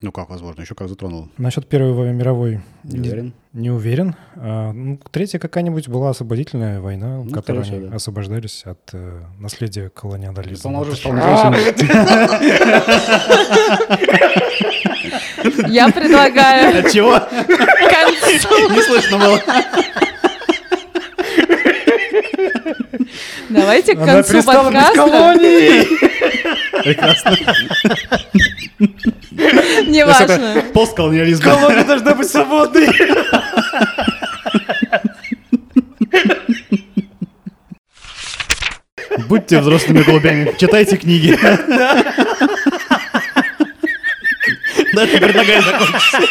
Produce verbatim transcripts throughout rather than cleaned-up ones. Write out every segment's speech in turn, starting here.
Ну как возможно? Еще как затронул. Насчет Первой мировой Не уверен. Не, не уверен. А, ну, третья какая-нибудь была освободительная война, в Ну, которой скорее они всего, да. освобождались от э, наследия колониализма. Он уже стал независимым. Я предлагаю От чего? к концу. Не слышно было. Давайте к Она концу перестала быть подкаста. колонией! Прекрасно. Неважно. Постколониализм. Колония должна быть свободной! Будьте взрослыми голубями, читайте книги. На этом предлагаю закончить.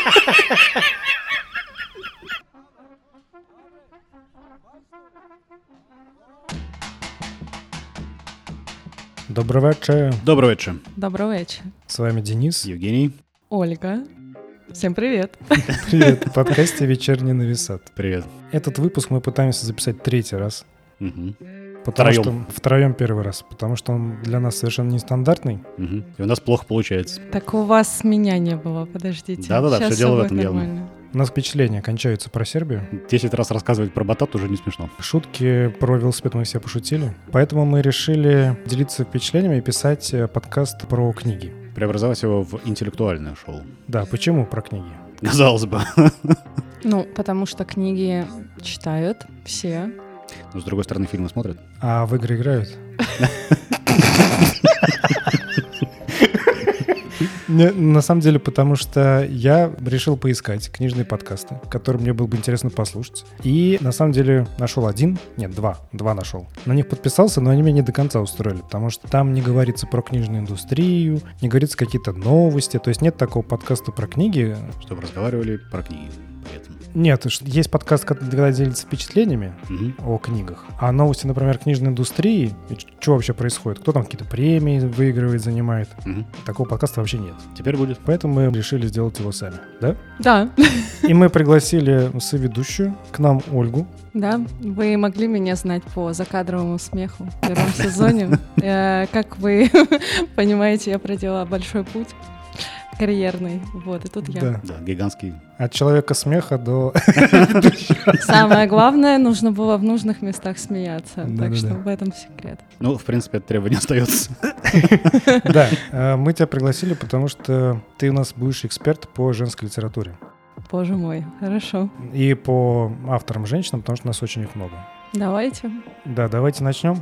Добрый вечер. Добрый вечер. Добрый вечер. С вами Денис. Евгений. Ольга. Всем привет. Привет. В подкасте «Вечерний нависат». Привет. Этот выпуск мы пытаемся записать третий раз. Мгм. Потому Втроем. что втроем первый раз. Потому что он для нас совершенно нестандартный. Мгм. И у нас плохо получается. Так у вас меня не было, подождите. Да-да-да, Сейчас всё дело в будет этом дело. нормально. У нас впечатления кончаются про Сербию. Десять раз рассказывать про батат уже не смешно. Шутки про велосипед мы все пошутили. Поэтому мы решили делиться впечатлениями и писать э, подкаст про книги. Преобразовать его в интеллектуальное шоу. Да, почему про книги? Казалось бы. Ну, потому что книги читают все. Но с другой стороны, фильмы смотрят. А в игры играют? Не, на самом деле, потому что я решил поискать книжные подкасты, которые мне было бы интересно послушать. И на самом деле нашел один, нет, два, два нашел. На них подписался, но они меня не до конца устроили, потому что там не говорится про книжную индустрию, не говорится какие-то новости, то есть нет такого подкаста про книги. Чтобы разговаривали про книги при этом. Нет, ш- есть подкаст, когда делится впечатлениями Мгм. о книгах. А новости, например, книжной индустрии, что вообще происходит? Кто там какие-то премии выигрывает, занимает? Мгм. Такого подкаста вообще нет. Теперь будет. Поэтому мы решили сделать его сами, да? Да, И мы пригласили соведущую к нам Ольгу. да. Вы могли меня знать по закадровому смеху в первом сезоне. Э, Как вы понимаете, я проделала большой путь карьерный. Вот, и тут я. Да. Да, гигантский. От человека смеха до... Самое главное, нужно было в нужных местах смеяться. Так Да-да-да. что в этом секрет. Ну, в принципе, это требование остается. Да, э, мы тебя пригласили, потому что ты у нас будешь эксперт по женской литературе. Боже мой, хорошо. И по авторам женщинам, потому что у нас очень их много. Давайте. Да, давайте начнем.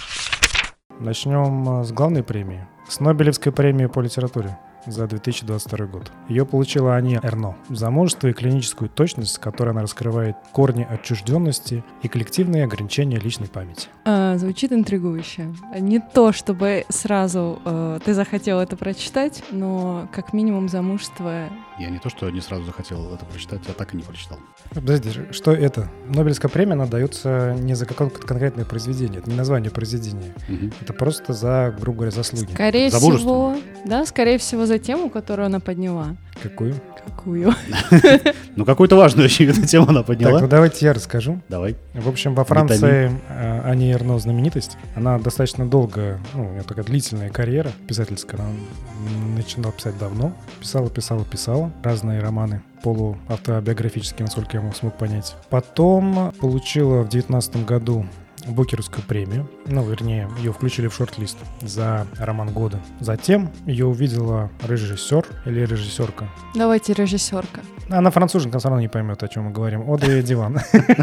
Начнем э, с главной премии. С Нобелевской премии по литературе за две тысячи двадцать второй год. Ее получила Ани Эрно за мужество и клиническую точность, с которой она раскрывает корни отчужденности и коллективные ограничения личной памяти. А, звучит интригующе. Не то, чтобы сразу э, ты захотел это прочитать, но как минимум замужество. Я не то, что не сразу захотел это прочитать, я так и не прочитал. Подожди, что это? Нобелевская премия, она дается не за какое-то конкретное произведение, это не название произведения. Мгм. Это просто за, грубо говоря, заслуги. Скорее За всего, да, скорее всего за тему, которую она подняла. Какую? Какую? Ну, какую-то важную, очевидно, тему она Так, ну подняла. давайте я расскажу. Давай. В общем, во Франции э, Ани Эрно знаменитость. Она достаточно долго, ну, у нее такая длительная карьера писательская. Она начинала писать давно. Писала, писала, писала. Разные романы полуавтобиографические, насколько я смог понять. Потом получила в девятнадцатом году Букеровскую премию. Ну, вернее, ее включили в шорт-лист за роман года. Затем ее увидела режиссер или режиссерка. Давайте режиссерка. Она француженка, все равно не поймет, о чем мы говорим. Одри Диван.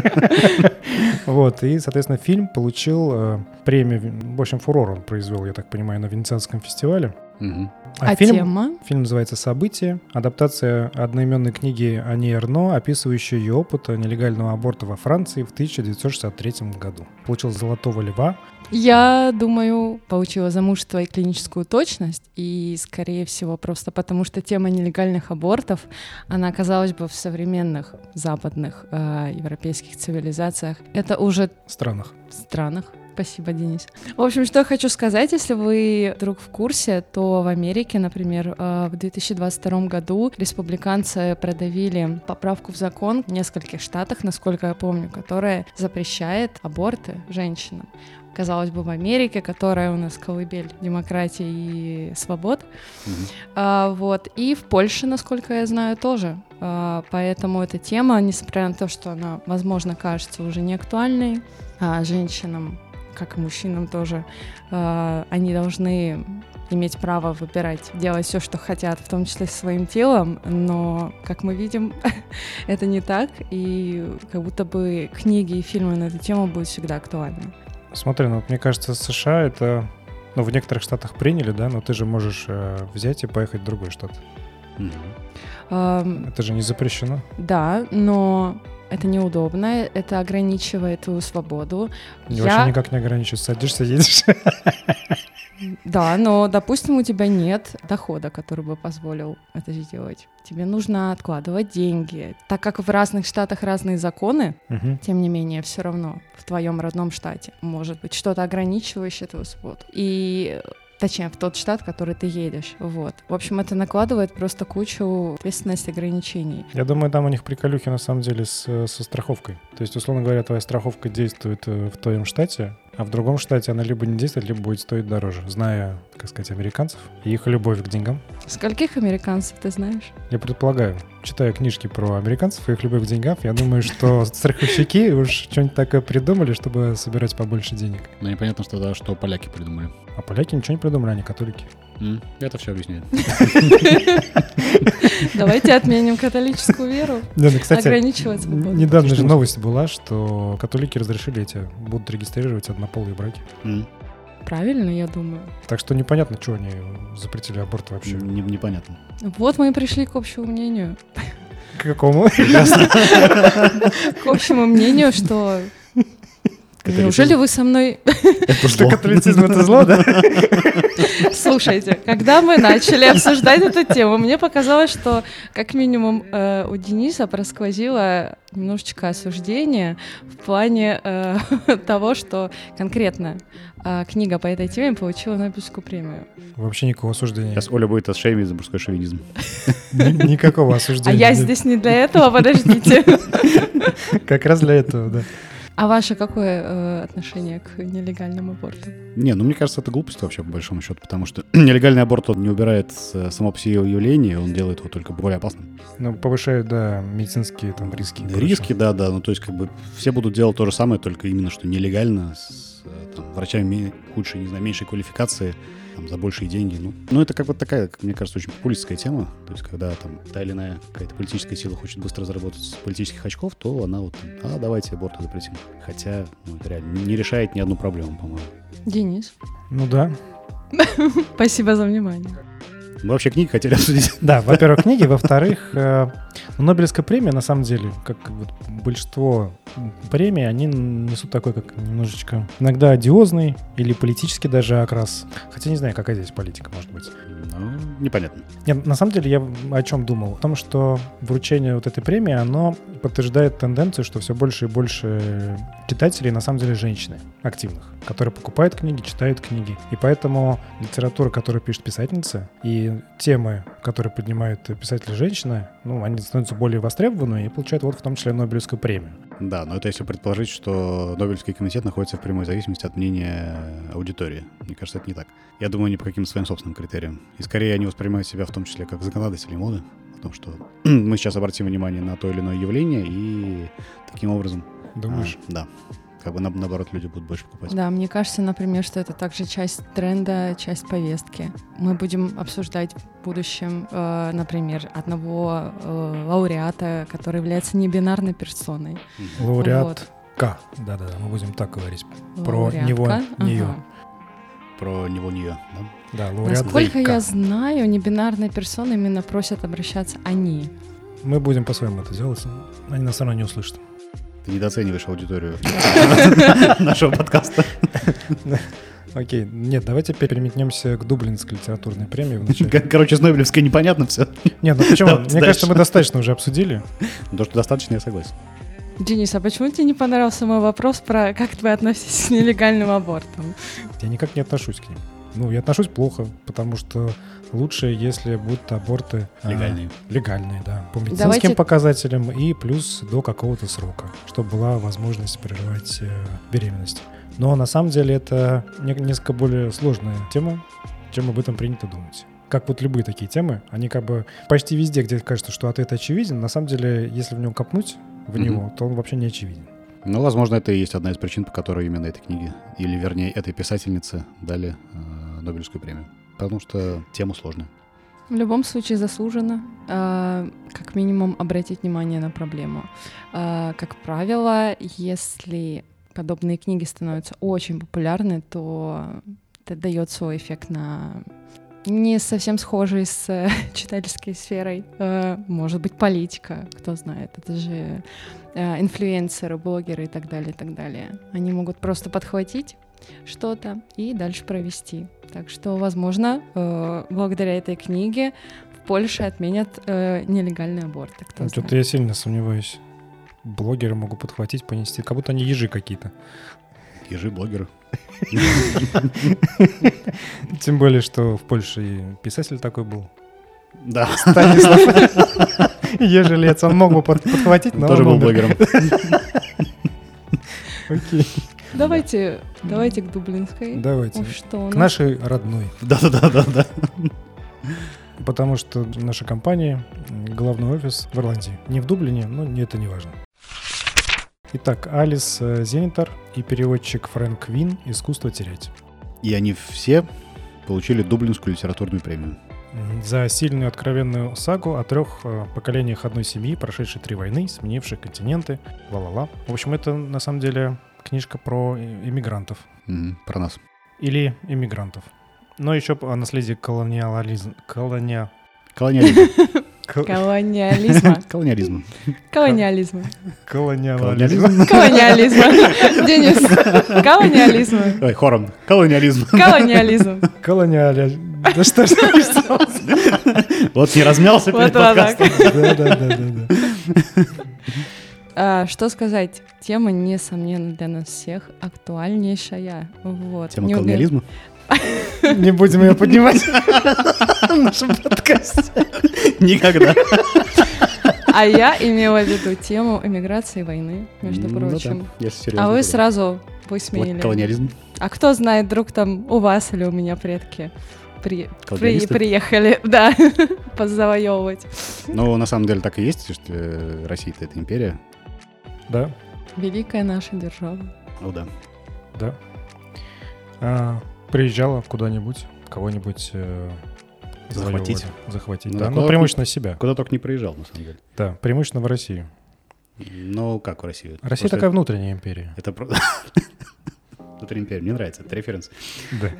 Вот, и, соответственно, фильм получил э, премию, в общем, фурор он произвел, я так понимаю, на Венецианском фестивале. Мгм. А, фильм, тема? фильм называется «События», адаптация одноименной книги Ани Эрно, описывающей ее опыт нелегального аборта во Франции в тысяча девятьсот шестьдесят третьем году. Получил «Золотого льва». Я думаю, получила замужество и клиническую точность, и, скорее всего, просто потому что тема нелегальных абортов, она, казалось бы, в современных западных э, европейских цивилизациях, это уже В странах. в странах, Спасибо, Денис. В общем, что я хочу сказать, если вы вдруг в курсе, то в Америке, например, в две тысячи двадцать втором году республиканцы продавили поправку в закон в нескольких штатах, насколько я помню, которая запрещает аборты женщинам. Казалось бы, в Америке, которая у нас колыбель демократии и свобод. Mm-hmm. А, вот. И в Польше, насколько я знаю, тоже. А, поэтому эта тема, несмотря на то, что она, возможно, кажется уже не актуальной, а женщинам, как и мужчинам тоже, а, они должны иметь право выбирать, делать все, что хотят, в том числе своим телом, но, как мы видим, это не так, и как будто бы книги и фильмы на эту тему будут всегда актуальны. Смотри, ну, мне кажется, США это, ну, в некоторых штатах приняли, да, но ты же можешь э, взять и поехать в другой штат. Mm-hmm. Um, это же не запрещено. Да, но это неудобно, это ограничивает твою свободу. Не, Я... Вообще никак не ограничивает, садишься, едешь. Да, но, допустим, у тебя нет дохода, который бы позволил это сделать. Тебе нужно откладывать деньги. Так как в разных штатах разные законы, угу. тем не менее, все равно в твоем родном штате может быть что-то ограничивающее твою свободу. И... Точнее, в тот штат, в который ты едешь. Вот. В общем, это накладывает просто кучу ответственности, ограничений. Я думаю, там у них приколюхи на самом деле с, со страховкой. То есть, условно говоря, твоя страховка действует в твоем штате, а в другом штате она либо не действует, либо будет стоить дороже. Зная, так сказать, американцев и их любовь к деньгам. Скольких американцев ты знаешь? Я предполагаю. Читая книжки про американцев и их любовь к деньгам, я думаю, что страховщики уж что-нибудь такое придумали, чтобы собирать побольше денег. Ну, непонятно, что, да, что поляки придумали. А поляки ничего не придумали, они католики. Mm, это все объясняет. Давайте отменим католическую веру. Ограничивать свободу. Недавно же новость была, что католики разрешили эти, будут регистрировать однополые браки. Правильно, я думаю. Так что непонятно, что они запретили аборт вообще. Не, непонятно. Вот мы и пришли к общему мнению. К какому? К общему мнению, что... Неужели вы со мной... Что католицизм — это зло, да? Слушайте, когда мы начали обсуждать эту тему, мне показалось, что как минимум э, у Дениса просквозило немножечко осуждение в плане э, того, что конкретно э, книга по этой теме получила Нобелевскую премию. Вообще никакого осуждения. Сейчас Оля будет отшеймить за мужской шовинизм. Никакого осуждения. А я здесь не для этого, подождите. Как раз для этого, да. А ваше какое э, отношение к нелегальным абортам? Не, ну мне кажется, это глупость вообще, по большому счету, потому что нелегальный аборт, он не убирает само по себе явление, он делает его только более опасным. Ну, повышает, да, медицинские там риски. Да, риски, да, да, ну то есть как бы все будут делать то же самое, только именно что нелегально, с там, врачами худшей, не знаю, меньшей квалификации, там, за большие деньги. Ну, ну, это как вот такая, как мне кажется, очень популистская тема. То есть, когда там та или иная какая-то политическая сила хочет быстро заработать с политических очков, то она вот, а, давайте аборты запретим. Хотя, ну, это реально не решает ни одну проблему, по-моему. Денис. Ну да. Спасибо за внимание. Мы вообще книги хотели обсудить. Да, во-первых, книги, во-вторых, э, Нобелевская премия, на самом деле, как вот большинство премий, они несут такой, как немножечко иногда одиозный или политический даже окрас. Хотя не знаю, какая здесь политика может быть. Ну, непонятно. Нет, на самом деле я о чем думал? О том, что вручение вот этой премии, оно подтверждает тенденцию, что все больше и больше читателей на самом деле женщины активных, которые покупают книги, читают книги. И поэтому литература, которую пишет писательница, и темы, которые поднимают писатели-женщины, ну, они становятся более востребованными и получают вот в том числе Нобелевскую премию. Да, но это если предположить, что Нобелевский комитет находится в прямой зависимости от мнения аудитории. Мне кажется, это не так. Я думаю, не по каким-то своим собственным критериям. И скорее они воспринимают себя в том числе как законодатели моды, о том, что мы сейчас обратим внимание на то или иное явление, и таким образом... Думаешь? А, да. Как бы на, наоборот, люди будут больше покупать. Да, мне кажется, например, что это также часть тренда, часть повестки. Мы будем обсуждать в будущем, э, например, одного э, лауреата, который является небинарной персоной. Лауреатка. Вот. Да-да-да, мы будем так говорить. Про него, ага. нее. Про него, нее, да? Да, лауреат. Насколько я знаю, небинарные персоны именно просят обращаться они. Мы будем по-своему это делать. Они нас все равно не услышат. Ты недооцениваешь аудиторию нашего подкаста. Окей, нет, давайте переметнемся к Дублинской литературной премии. Короче, с Нобелевской непонятно все. Нет, ну почему? Мне кажется, мы достаточно уже обсудили. То, что достаточно, я согласен. Денис, а почему тебе не понравился мой вопрос про как вы относитесь к нелегальным абортам? Я никак не отношусь к ним. Ну, я отношусь плохо, потому что лучше, если будут аборты легальные. А, легальные, да, по медицинским Давайте... показателям и плюс до какого-то срока, чтобы была возможность прерывать э, беременность. Но на самом деле это не, несколько более сложная тема, чем об этом принято думать. Как вот любые такие темы, они как бы почти везде, где кажется, что ответ очевиден, на самом деле, если в нем копнуть в mm-hmm. него, то он вообще не очевиден. Ну, возможно, это и есть одна из причин, по которой именно этой книге, или, вернее, этой писательнице дали э, Нобелевскую премию. Потому что тема сложная. В любом случае заслуженно, э, как минимум, обратить внимание на проблему. Э, как правило, если подобные книги становятся очень популярны, то это дает свой эффект на... не совсем схожий с э, читательской сферой. Э, может быть, политика, кто знает. Это же э, инфлюенсеры, блогеры и так далее, и так далее. Они могут просто подхватить что-то и дальше провести. Так что, возможно, э, благодаря этой книге в Польше отменят э, нелегальные аборты. Кто ну, знает. Что-то я сильно сомневаюсь. Блогеры могут подхватить, понести. Как будто они ежи какие-то. Ежи-блогеры. Тем более, что в Польше и писатель такой был. Да. Станислав Ежелец. Он мог бы подхватить, но тоже был блогером. Окей. Давайте, давайте к Дублинской. Давайте. О, что к нашей родной. Да-да-да-да. Потому что наша компания, главный офис в Ирландии. Не в Дублине, но это не важно. Итак, Алис Зенитор и переводчик Фрэнк Вин «Искусство терять». И они все получили Дублинскую литературную премию. За сильную откровенную сагу о трех поколениях одной семьи, прошедшей три войны, сменивших континенты, ла-ла-ла. В общем, это на самом деле книжка про иммигрантов. Mm-hmm, про нас. Или иммигрантов. Но еще о наследии колониализма. Колония... Колониализма. Колониализма. Колониализма. Колониализма. Колониализма. Колониализма. Денис, колониализма. Ой, хором. Колониализм. Колониализм. Колониализм. Да что ж вот не размялся перед подкастом. Да-да-да. Что сказать? Тема, несомненно, для нас всех актуальнейшая. Вот. Тема колониализма? Не будем ее поднимать в нашем подкасте. Никогда. А я имела в виду тему эмиграции и войны, между прочим. А вы сразу высмеяли. Колониализм. А кто знает, вдруг там у вас или у меня предки при... При... приехали, да, позавоевывать. Ну, на самом деле так и есть, что Россия-то это империя. Да. Великая наша держава. О, да. Да. А, приезжала куда-нибудь, кого-нибудь э, захватить. Захватить, ну, да. да. Ну, преимущественно себя. Куда только не проезжал, на самом деле. Да, преимущественно в Россию. Ну, как в Россию? Россия Просто такая внутренняя империя. Это про... Внутренняя империя. Мне нравится, это референс. Да.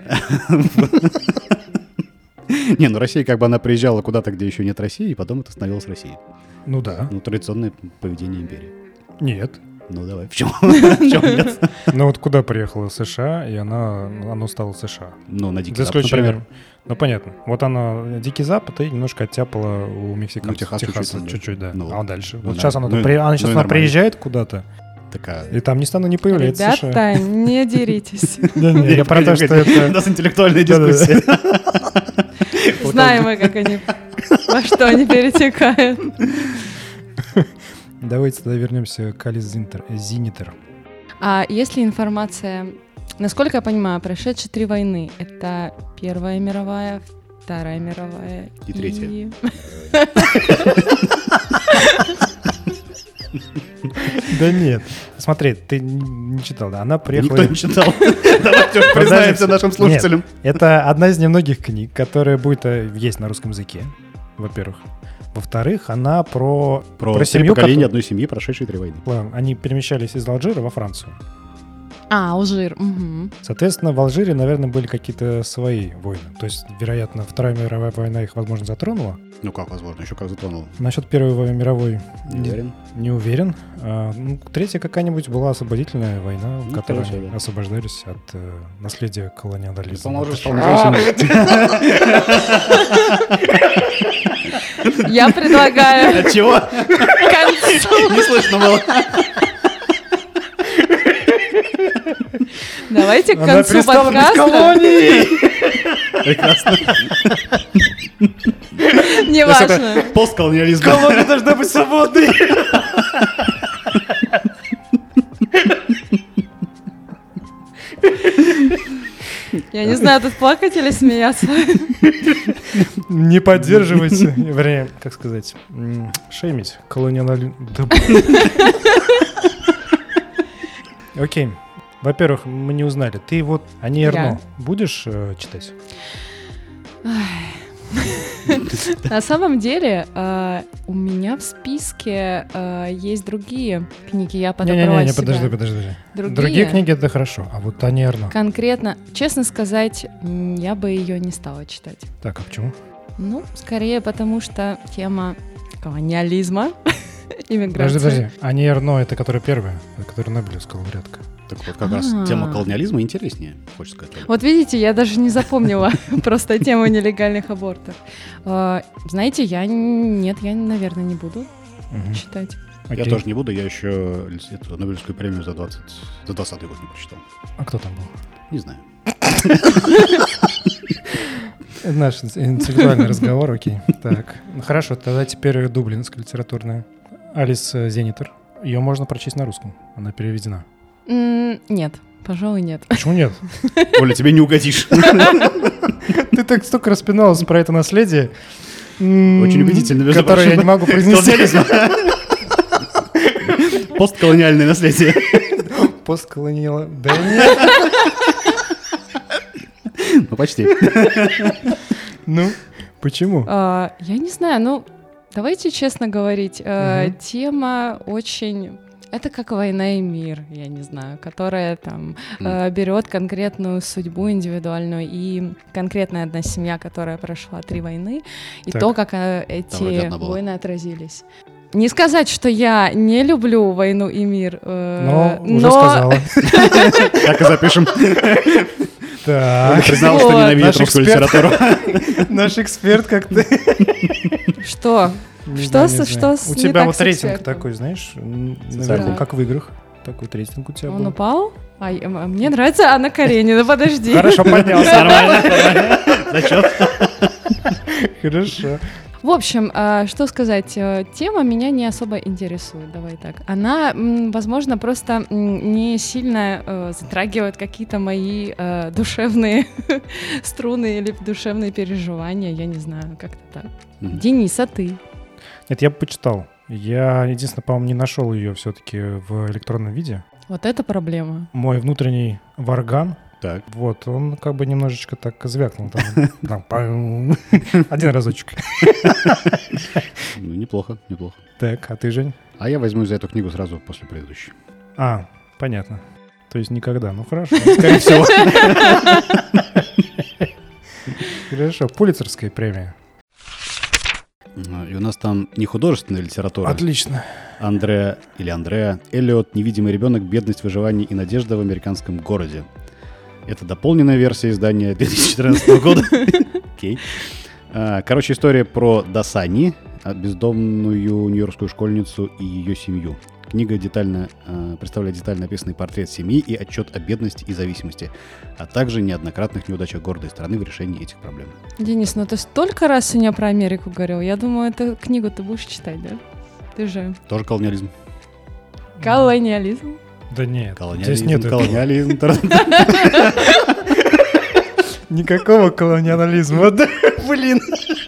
Не, ну Россия как бы она приезжала куда-то, где еще нет России, и потом это становилось Россией. Ну да. Ну, традиционное поведение империи. Нет. Ну давай, в чем? В чем нет? Ну вот куда приехала США, и она, оно стало США. Ну, на Дикий За Запад, например. Ну, понятно. Вот она Дикий Запад и немножко оттяпала у мексиканцев. Ну, Техас Техаса чуть-чуть, чуть-чуть, да. Ну, а дальше. ну, вот да. сейчас она, ну, при... она, сейчас ну, она приезжает куда-то, такая... и там ни стану не появляется Ребята, США. не деритесь. Я про то, что это... У нас интеллектуальная дискуссия. Знаем мы, как они, во что они перетекают. Давайте тогда вернемся к Алис Зенитор. А есть ли информация, насколько я понимаю, прошедшие три войны? Это Первая мировая, Вторая мировая и третья. Да нет. Смотри, ты не читал, да? Она приехала... Никто не читал. Давайте уж признаемся нашим слушателям. Это одна из немногих книг, которая будет есть на русском языке, во-первых. Во-вторых, она про... Про, про семью, поколение одной семьи, прошедшей три войны. Они перемещались из Алжира во Францию. А, Алжир. Угу. Соответственно, в Алжире, наверное, были какие-то свои войны. То есть, вероятно, Вторая мировая война их, возможно, затронула. Ну как, возможно, еще как затронула. Насчет Первой мировой... Не уверен. Не, не уверен. А, ну, третья какая-нибудь была освободительная война, в ну, которой короче, они да. освобождались от э, наследия колониализма. Я предлагаю... От чего? Не слышно было. Давайте к Она концу перестала быть подкаста. колонией! Прекрасно. Неважно. Постколониализм. Колония должна быть свободной! Я не знаю, тут плакать или смеяться. Не поддерживайте, вернее, как сказать, м, шеймить колониализм. Да, окей. Во-первых, мы не узнали. Ты вот «Ани Эрно» будешь э, читать? На самом деле, э, у меня в списке э, есть другие книги. Я подобрала Не-не-не, себя. подожди, подожди. Другие? Другие книги — это хорошо, а вот «Ани Эрно». Конкретно, честно сказать, м, я бы ее не стала читать. Так, а почему? Ну, скорее потому, что тема колониализма, Подожди, иммиграции. подожди. «Ани Эрно» — это которая первая, это которая Нобелевская лауреатка. Так вот, как раз А. тема колониализма интереснее, хочется сказать. Вот видите, я даже не запомнила просто тему нелегальных абортов. А, Знаете, я н- нет, я, наверное, не буду Мгм. читать. Я Окей. тоже не буду, я еще эту Нобелевскую премию за двадцать, за двадцатый год не прочитал. А кто там был? Не знаю. Это наш интеллектуальный разговор, окей. Так, ну хорошо, тогда теперь дублинская литературная. Алис э, Зенитер. Ее можно прочесть на русском, она переведена. М, Нет, пожалуй, нет. Почему нет? Оля, тебе не угодишь. Ты так столько распиналась про это наследие. м, Очень убедительно, между которое я прочим. не могу произнести. Постколониальное наследие. Постколониал... Да нет. Ну, почти. Ну, почему? А, Я не знаю, ну, давайте честно говорить, э, Мгм. тема очень... Это как «Война и мир», я не знаю, которая там э, берет конкретную судьбу индивидуальную и конкретная одна семья, которая прошла три войны, и Так. то, как э, вроде эти одна была. войны отразились. Не сказать, что я не люблю «Войну и мир», э, Но уже но сказала. Так и запишем. Так, Признал, что Вот. ненавидит Наш русскую эксперт. литературу. наш эксперт как ты. что? Не Что знаю, с- не что знаю. с- У не тебя так вот с рейтинг экспертом? такой, знаешь, м, Социальный. наверху, как в играх. Такой рейтинг у тебя Он был. упал? А, я- а мне нравится Анна Каренина, подожди. Хорошо, поднялся. Нормально. Зачет. Хорошо. В общем, а, что сказать, э, тема меня не особо интересует, давай так. Она, м, возможно, просто м, не сильно э, затрагивает какие-то мои э, душевные струны или душевные переживания, я не знаю, как-то так. Мгм. Денис, а ты? Нет, я бы почитал. Я, единственное, по-моему, не нашел ее все-таки в электронном виде. Вот это проблема. Мой внутренний варган, Так. вот, он как бы немножечко так звякнул там. Там, пам. Один разочек. Ну, неплохо, неплохо. Так, а ты, Жень? А я возьму за эту книгу сразу после предыдущей. А, понятно. То есть никогда. Ну хорошо, скорее всего. Хорошо, Пулитцерская премия. А, И у нас там не художественная литература. Отлично. Андреа или Андреа Эллиот «Невидимый ребенок. Бедность, выживание и надежда в американском городе». Это дополненная версия издания две тысячи четырнадцатого года. Окей. А, Короче, история про Дасани, а, бездомную нью-йоркскую школьницу и ее семью. Книга детально а, представляет детально описанный портрет семьи и отчет о бедности и зависимости, а также неоднократных неудачах города и страны в решении этих проблем. Денис, ну ты столько раз сегодня про Америку говорил, я думаю, эту книгу ты будешь читать, да? Ты же Тоже колониализм. колониализм. Да нет, здесь Колониализм, нет колониализм. никакого колониализма. Да, блин.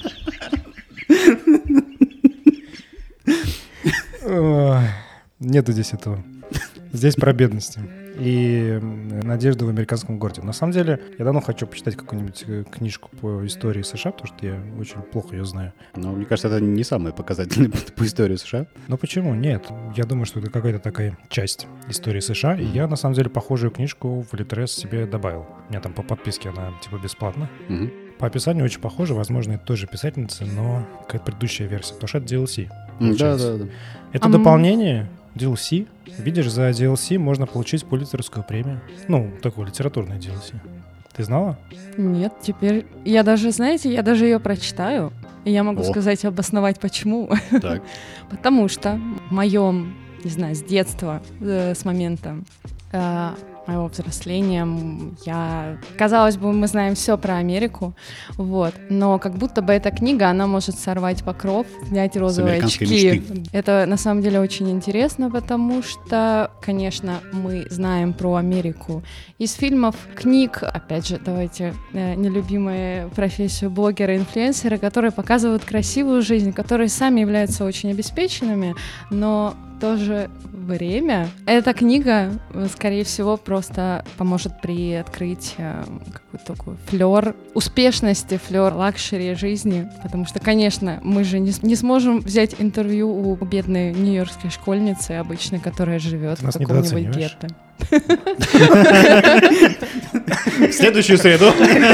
Ой, нету здесь этого. Здесь про бедности и надежду в американском городе. На самом деле, я давно хочу почитать какую-нибудь э, книжку по истории США, потому что я очень плохо ее знаю. Но мне кажется, это не самое показательное по истории США. Но почему? Нет. Я думаю, что это какая-то такая часть истории США. И я, на самом деле, похожую книжку в Литрес себе добавил. У меня там по подписке она, типа, бесплатна. Мгм. По описанию очень похоже. Возможно, это той же писательницы, но какая-то предыдущая версия. Потому что это ди эл си. Да, получается. да, да. Это А м- дополнение ди эл си. Видишь, за ди эл си можно получить Пулитцерскую премию. Ну, такую литературную ди эл си. Ты знала? Нет, теперь я даже, знаете, я даже ее прочитаю, и я могу О. сказать, обосновать, почему. Так. Потому что в моем, не знаю, с детства, э, с момента э, моего взросления. Я, казалось бы, мы знаем все про Америку, вот, но как будто бы эта книга, она может сорвать покров, снять розовые очки. Мечты. Это на самом деле очень интересно, потому что, конечно, мы знаем про Америку из фильмов, книг, опять же, давайте, нелюбимую профессию блогера-инфлюенсера, которые показывают красивую жизнь, которые сами являются очень обеспеченными, но в то же время эта книга, скорее всего, просто поможет приоткрыть какой-то такой флёр успешности, флёр лакшери жизни, потому что, конечно, мы же не, не сможем взять интервью у бедной нью-йоркской школьницы обычной, которая живет в каком-нибудь гетто. В следующую среду.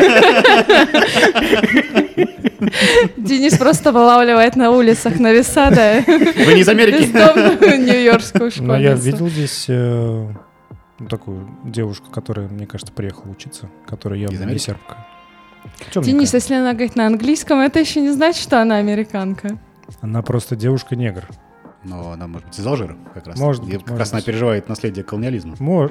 Денис просто вылавливает на улицах на Висада. Вы не из Америки? Бездомную нью-йоркскую школьницу. Но я видел здесь э, такую девушку, которая, мне кажется, приехала учиться, которая явно не сербка. Денис, если она говорит на английском, это еще не значит, что она американка. Она просто девушка-негр. Но она, может быть, из Алжира как раз. Может быть. Как может раз быть. Она переживает наследие колониализма. Может.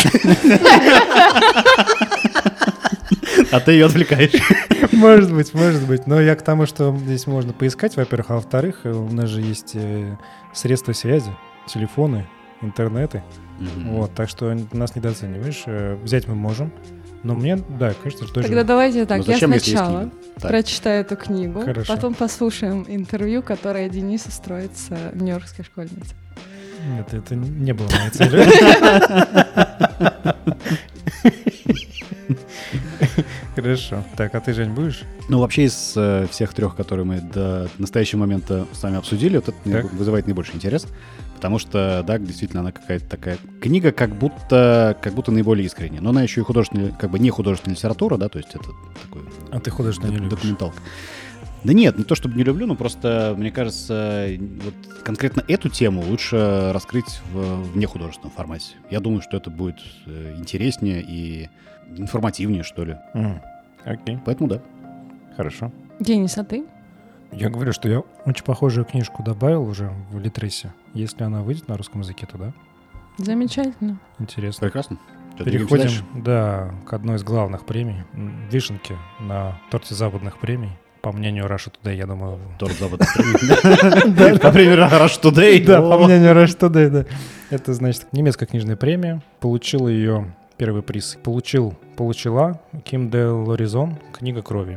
А ты ее отвлекаешь. Может быть, может быть. Но я к тому, что здесь можно поискать, во-первых. А во-вторых, у нас же есть средства связи, телефоны, интернеты. Mm-hmm. Вот, так что нас недооцениваешь. Взять мы можем. Но мне, да, кажется, что... Тогда давайте так, зачем, я сначала прочитаю эту книгу, Хорошо. Потом послушаем интервью, которое Денис устроит с нью-йоркской школьницей. Нет, это не было моей целью. Хорошо. Так, а ты, Жень, будешь? Ну, вообще, из э, всех трех, которые мы до настоящего момента с вами обсудили, вот это вызывает наибольший интерес, потому что, да, действительно, она какая-то такая книга, как будто, как будто наиболее искренняя. Но она еще и художественная, как бы не художественная литература, да, то есть это такой... А ты художественно не любишь? Документалка. Да нет, не то чтобы не люблю, но просто, мне кажется, вот конкретно эту тему лучше раскрыть в, в нехудожественном формате. Я думаю, что это будет интереснее и информативнее, что ли. Mm. Окей. Поэтому да. Хорошо. Денис, а ты? Я говорю, что я очень похожую книжку добавил уже в Литресе. Если она выйдет на русском языке, то да. Замечательно. Интересно. Прекрасно. Что, переходим, да, к одной из главных премий. Вишенки на торте западных премий. По мнению Russia Today, я думаю... Торт западных премий. По мнению Russia Today. Да, по мнению Russia Today, да. Это, значит, немецкая книжная премия. Получила ее первый приз. Получил, получила Ким де Лоризон «Книга крови».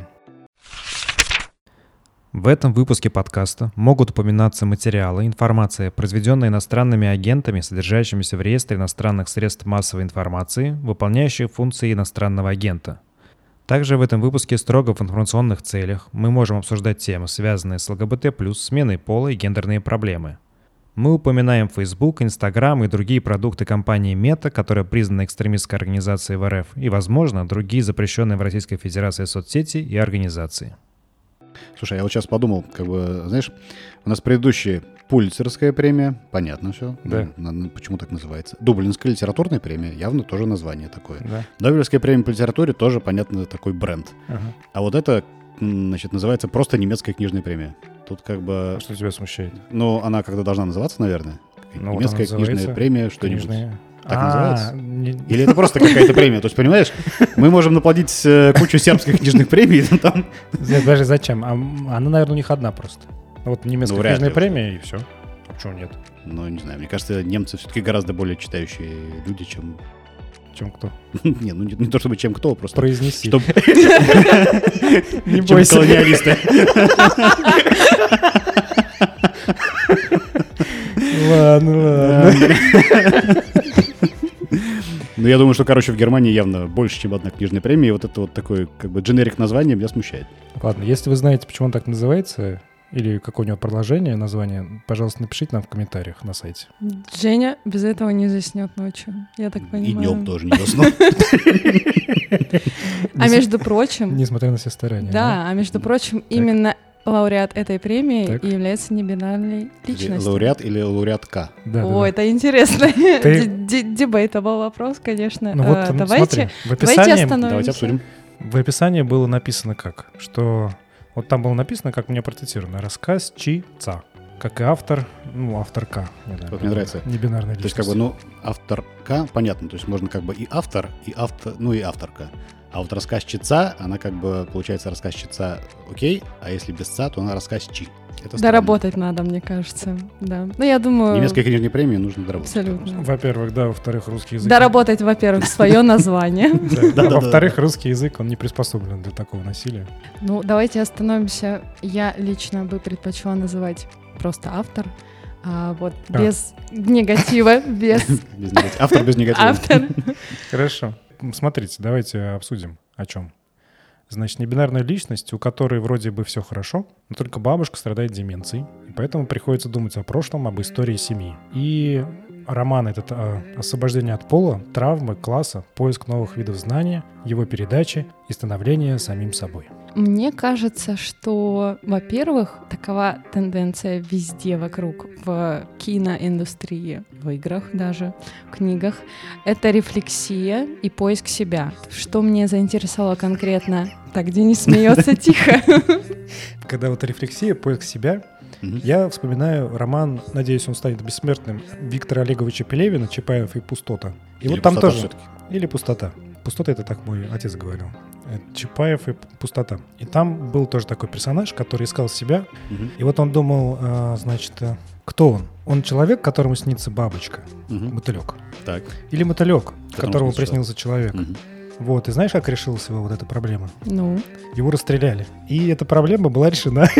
В этом выпуске подкаста могут упоминаться материалы, информация, произведенная иностранными агентами, содержащимися в реестре иностранных средств массовой информации, выполняющих функции иностранного агента. Также в этом выпуске строго в информационных целях мы можем обсуждать темы, связанные с ЛГБТ+, сменой пола и гендерные проблемы. Мы упоминаем Facebook, Instagram и другие продукты компании Meta, которая признана экстремистской организацией в эр эф, и, возможно, другие запрещенные в Российской Федерации соцсети и организации. Слушай, я вот сейчас подумал, как бы, знаешь, у нас предыдущая Пулитцеровская премия, понятно все, да. Да, почему так называется. Дублинская литературная премия, явно тоже название такое. Да. Нобелевская премия по литературе тоже, понятно, такой бренд. Ага. А вот это, значит, называется просто немецкая книжная премия. Тут как бы... Что тебя смущает? Ну, она когда должна называться, наверное? Ну, немецкая вот книжная премия, что-нибудь. Книжная... Так а, называется? Не... Или это просто какая-то премия? То есть, понимаешь, мы можем наплодить кучу сербских книжных премий, но там... Даже зачем? А, она, наверное, у них одна просто. Вот немецкая ну, книжная премия, и все. А почему нет? Ну, не знаю, мне кажется, немцы все-таки гораздо более читающие люди, чем... Чем кто? Не, ну не, не то чтобы чем кто, просто... Произнеси. Чтоб... Не чем бойся. колониалисты. Ладно, ладно. Ну, я думаю, что, короче, в Германии явно больше, чем одна книжная премия. И вот это вот такое, как бы, дженерик название меня смущает. Ладно, если вы знаете, почему он так называется, или какое у него продолжение, название, пожалуйста, напишите нам в комментариях на сайте. Женя без этого не заснет ночью, я так понимаю. И днем тоже не засну. А между прочим... Несмотря на все старания. Да, а между прочим, именно лауреат этой премии является небинарной личностью. Лауреат или лауреатка? О, это интересный дебейтабл вопрос, конечно. Давайте остановимся. Давайте обсудим. В описании было написано как, что... Вот там было написано, как мне процитировано, рассказчица. как и автор, ну, авторка. Не знаю, Вот мне нравится. Небинарная личность. То есть, как бы, ну, авторка, понятно, то есть можно как бы и автор, и автор, ну и авторка. А вот рассказчица, она как бы, получается, рассказчица окей, а если без ца, то она рассказчи. Это Доработать надо, мне кажется, да. Ну, я думаю... Немецкой книжной премии нужно доработать. Абсолютно. Во-первых, да, во-вторых, русский язык... Доработать, во-первых, свое название. Во-вторых, русский язык, он не приспособлен для такого насилия. Ну, давайте остановимся. Я лично бы предпочла называть просто автор. А, вот, А. без негатива, без... Без негатива. Автор без негатива. Автор. Хорошо. Смотрите, давайте обсудим, о чем. Значит, небинарная личность, у которой вроде бы все хорошо, но только бабушка страдает деменцией, и поэтому приходится думать о прошлом, об истории семьи. И роман этот о освобождении от пола, травмы, класса, поиск новых видов знания, его передачи и становление самим собой. Мне кажется, что, во-первых, такова тенденция везде вокруг, в киноиндустрии, в играх даже, в книгах. Это рефлексия и поиск себя. Что мне заинтересовало конкретно? Так, Денис смеется тихо. Когда вот рефлексия, поиск себя, я вспоминаю роман, надеюсь, он станет бессмертным, Виктора Олеговича Пелевина «Чапаев и пустота». И Или вот там пустота тоже... все-таки. Или «Пустота». «Пустота» — это так мой отец говорил. Чапаев и «Пустота». И там был тоже такой персонаж, который искал себя. Мгм. И вот он думал, а, значит, а, кто он? Он человек, которому снится бабочка, Мгм. мотылек. Так. Или мотылек, которому снится приснился человек. Мгм. Вот, и знаешь, как решилась его вот эта проблема? Ну, Его расстреляли. И эта проблема была решена.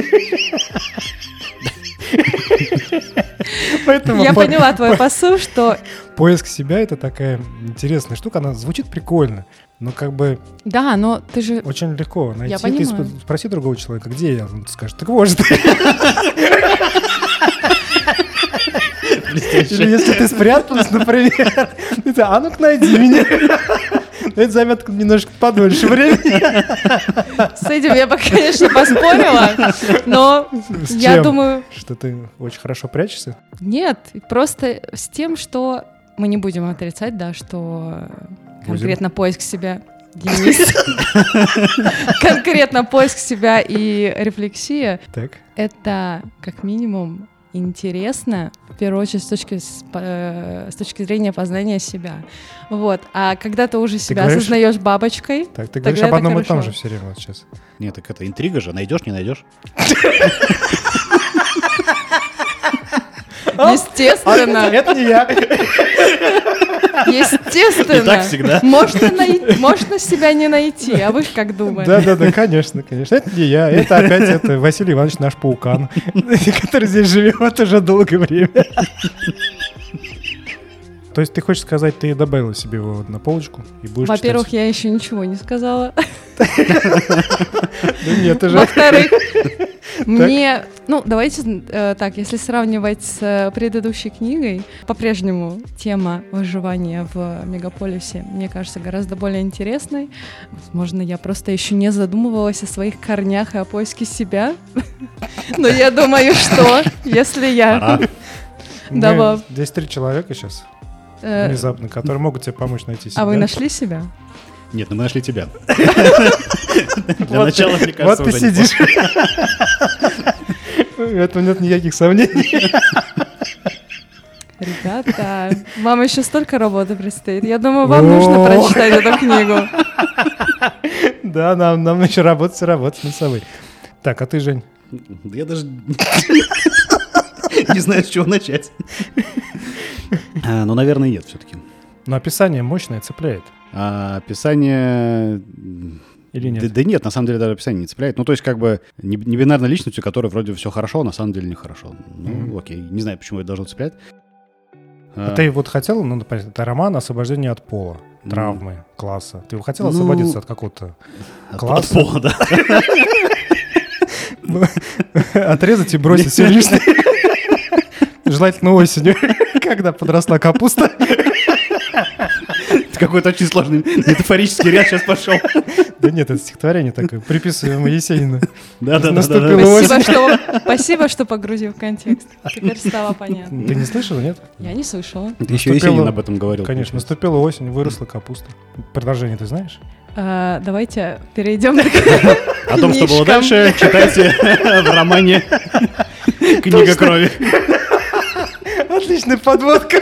Поэтому я по- поняла твой посыл, что поиск себя — это такая интересная штука. Она звучит прикольно, но как бы да, но ты же... очень легко найти. Я Ты понимаю. сп- спроси другого человека, где я? Он скажет, так вот же ты. Или если ты спрятался, например, ты такой, а ну-ка найди меня. Это займет немножко подольше времени. С этим я бы, конечно, поспорила, но С я чем? думаю... Что ты очень хорошо прячешься? Нет, просто с тем, что мы не будем отрицать, да, что конкретно поиск себя, Денис, конкретно поиск себя и рефлексия, Так. это как минимум интересно, в первую очередь, с точки, с, э, с точки зрения познания себя. Вот. А когда ты уже себя говоришь- осознаешь бабочкой, Так, ты Тогда говоришь об это одном и том хорошо. же все время вот сейчас. Нет, так это интрига же. Найдешь, не найдешь. естественно, Это не я. естественно, И так всегда. можно, най- можно себя не найти, а вы как думаете? Да-да-да, конечно, конечно. Это не я, это опять это Василий Иванович, наш паукан, который здесь живет уже долгое время. То есть ты хочешь сказать, ты добавила себе его на полочку и будешь Во-первых, читать? я еще ничего не сказала. Да нет, ты же... Во-вторых, мне, ну, давайте э, так, если сравнивать с э, предыдущей книгой, по-прежнему тема выживания в мегаполисе, мне кажется, гораздо более интересной. Возможно, я просто еще не задумывалась о своих корнях и о поиске себя. Но я думаю, что если я... Пора. Да, Мы- Вов. Здесь три человека сейчас э, внезапно, которые могут тебе помочь найти себя. А вы нашли себя? Нет, ну мы нашли тебя. Для Вот начала, ты- мне кажется, Вот ты уже сидишь. В этом нет никаких сомнений. Ребята, вам еще столько работы предстоит. Я думаю, вам нужно О. прочитать эту книгу. Да, нам, нам еще работать и работать над собой. Так, а ты, Жень? Да я даже не знаю, с чего начать. А, Ну, наверное, нет все-таки. Ну, описание мощное, цепляет. А описание... Или нет? Да, да нет, на самом деле даже описание не цепляет. Ну, то есть, как бы, не, не бинарная личность, у которой вроде все хорошо, а на самом деле нехорошо. Ну, Мгм. окей. Не знаю, почему это должно цеплять. А ты вот хотел, ну, например, это роман «Освобождение от пола», Ну. травмы, класса. Ты хотел Ну. освободиться от какого-то... От, класса. от пола, да. Отрезать и бросить все лишнее. Желательно осенью, когда подросла капуста. Какой-то очень сложный метафорический ряд сейчас пошел. Да нет, это стихотворение такое, приписываемое Есенину. Да-да-да. Наступила Спасибо, осень. что, спасибо, что погрузил в контекст. Теперь стало понятно. Ты не слышал, нет? Я не слышала. Еще Наступила- Есенин об этом говорил. Конечно, получается. наступила осень, выросла капуста. Продолжение ты знаешь? А, давайте перейдем к О том, что было книжкам. дальше, читайте в романе Книга крови. Отличная подводка.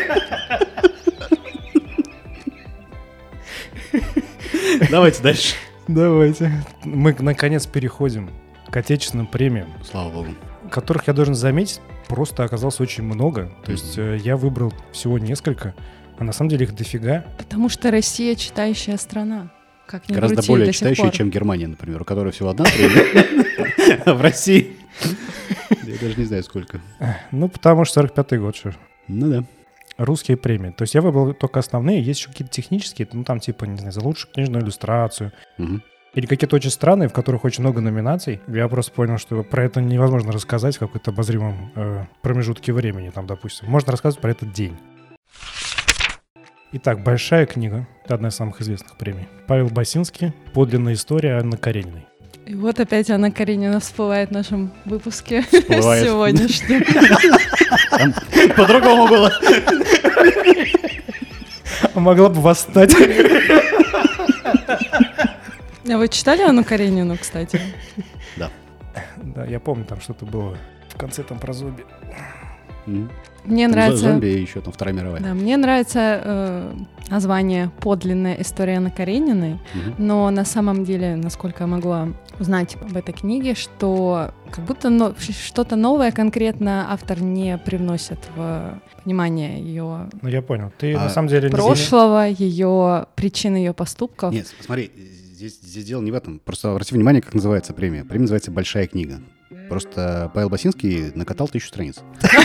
Давайте дальше. Давайте. Мы, наконец, переходим к отечественным премиям. Слава богу. Которых, я должен заметить, просто оказалось очень много. То есть Mm-hmm. я выбрал всего несколько, а на самом деле их дофига. Потому что Россия читающая страна. Как ни Гораздо крути, более до сих читающая, пор. чем Германия, например, у которой всего одна премия. А в России я даже не знаю сколько. Ну, потому что сорок пятый год, что ж. Ну да. Русские премии. То есть я выбрал только основные, есть еще какие-то технические, ну там типа, не знаю, за лучшую книжную иллюстрацию. Мгм. Или какие-то очень странные, в которых очень много номинаций. Я просто понял, что про это невозможно рассказать в какой-то обозримом э, промежутке времени, там, допустим. Можно рассказывать про этот день. Итак, большая книга. Это одна из самых известных премий. Павел Басинский. Подлинная история Анны Карениной. И вот опять Анна Каренина всплывает в нашем выпуске Всплывает. сегодняшнем. Там по-другому было. Могла бы восстать. А вы читали Анну Каренину, кстати? Да. Да, я помню, там что-то было в конце там про зомби. Мгм. Мне Там нравится... Зомби и еще там Вторая мировая. Да, мне нравится э, название «Подлинная история Анны Карениной», Мгм. но на самом деле, насколько я могла узнать об этой книге, что как будто но- что-то новое конкретно автор не привносит в понимание ее Ну, я понял. Ты А на самом деле... не- прошлого, ее причин ее поступков. Нет, смотри, здесь, здесь дело не в этом. Просто обрати внимание, как называется премия. Премия называется «Большая книга». Просто Павел Басинский накатал тысячу страниц.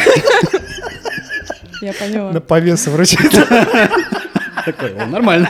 Я поняла. На повеса вручает. Такой, о, нормально.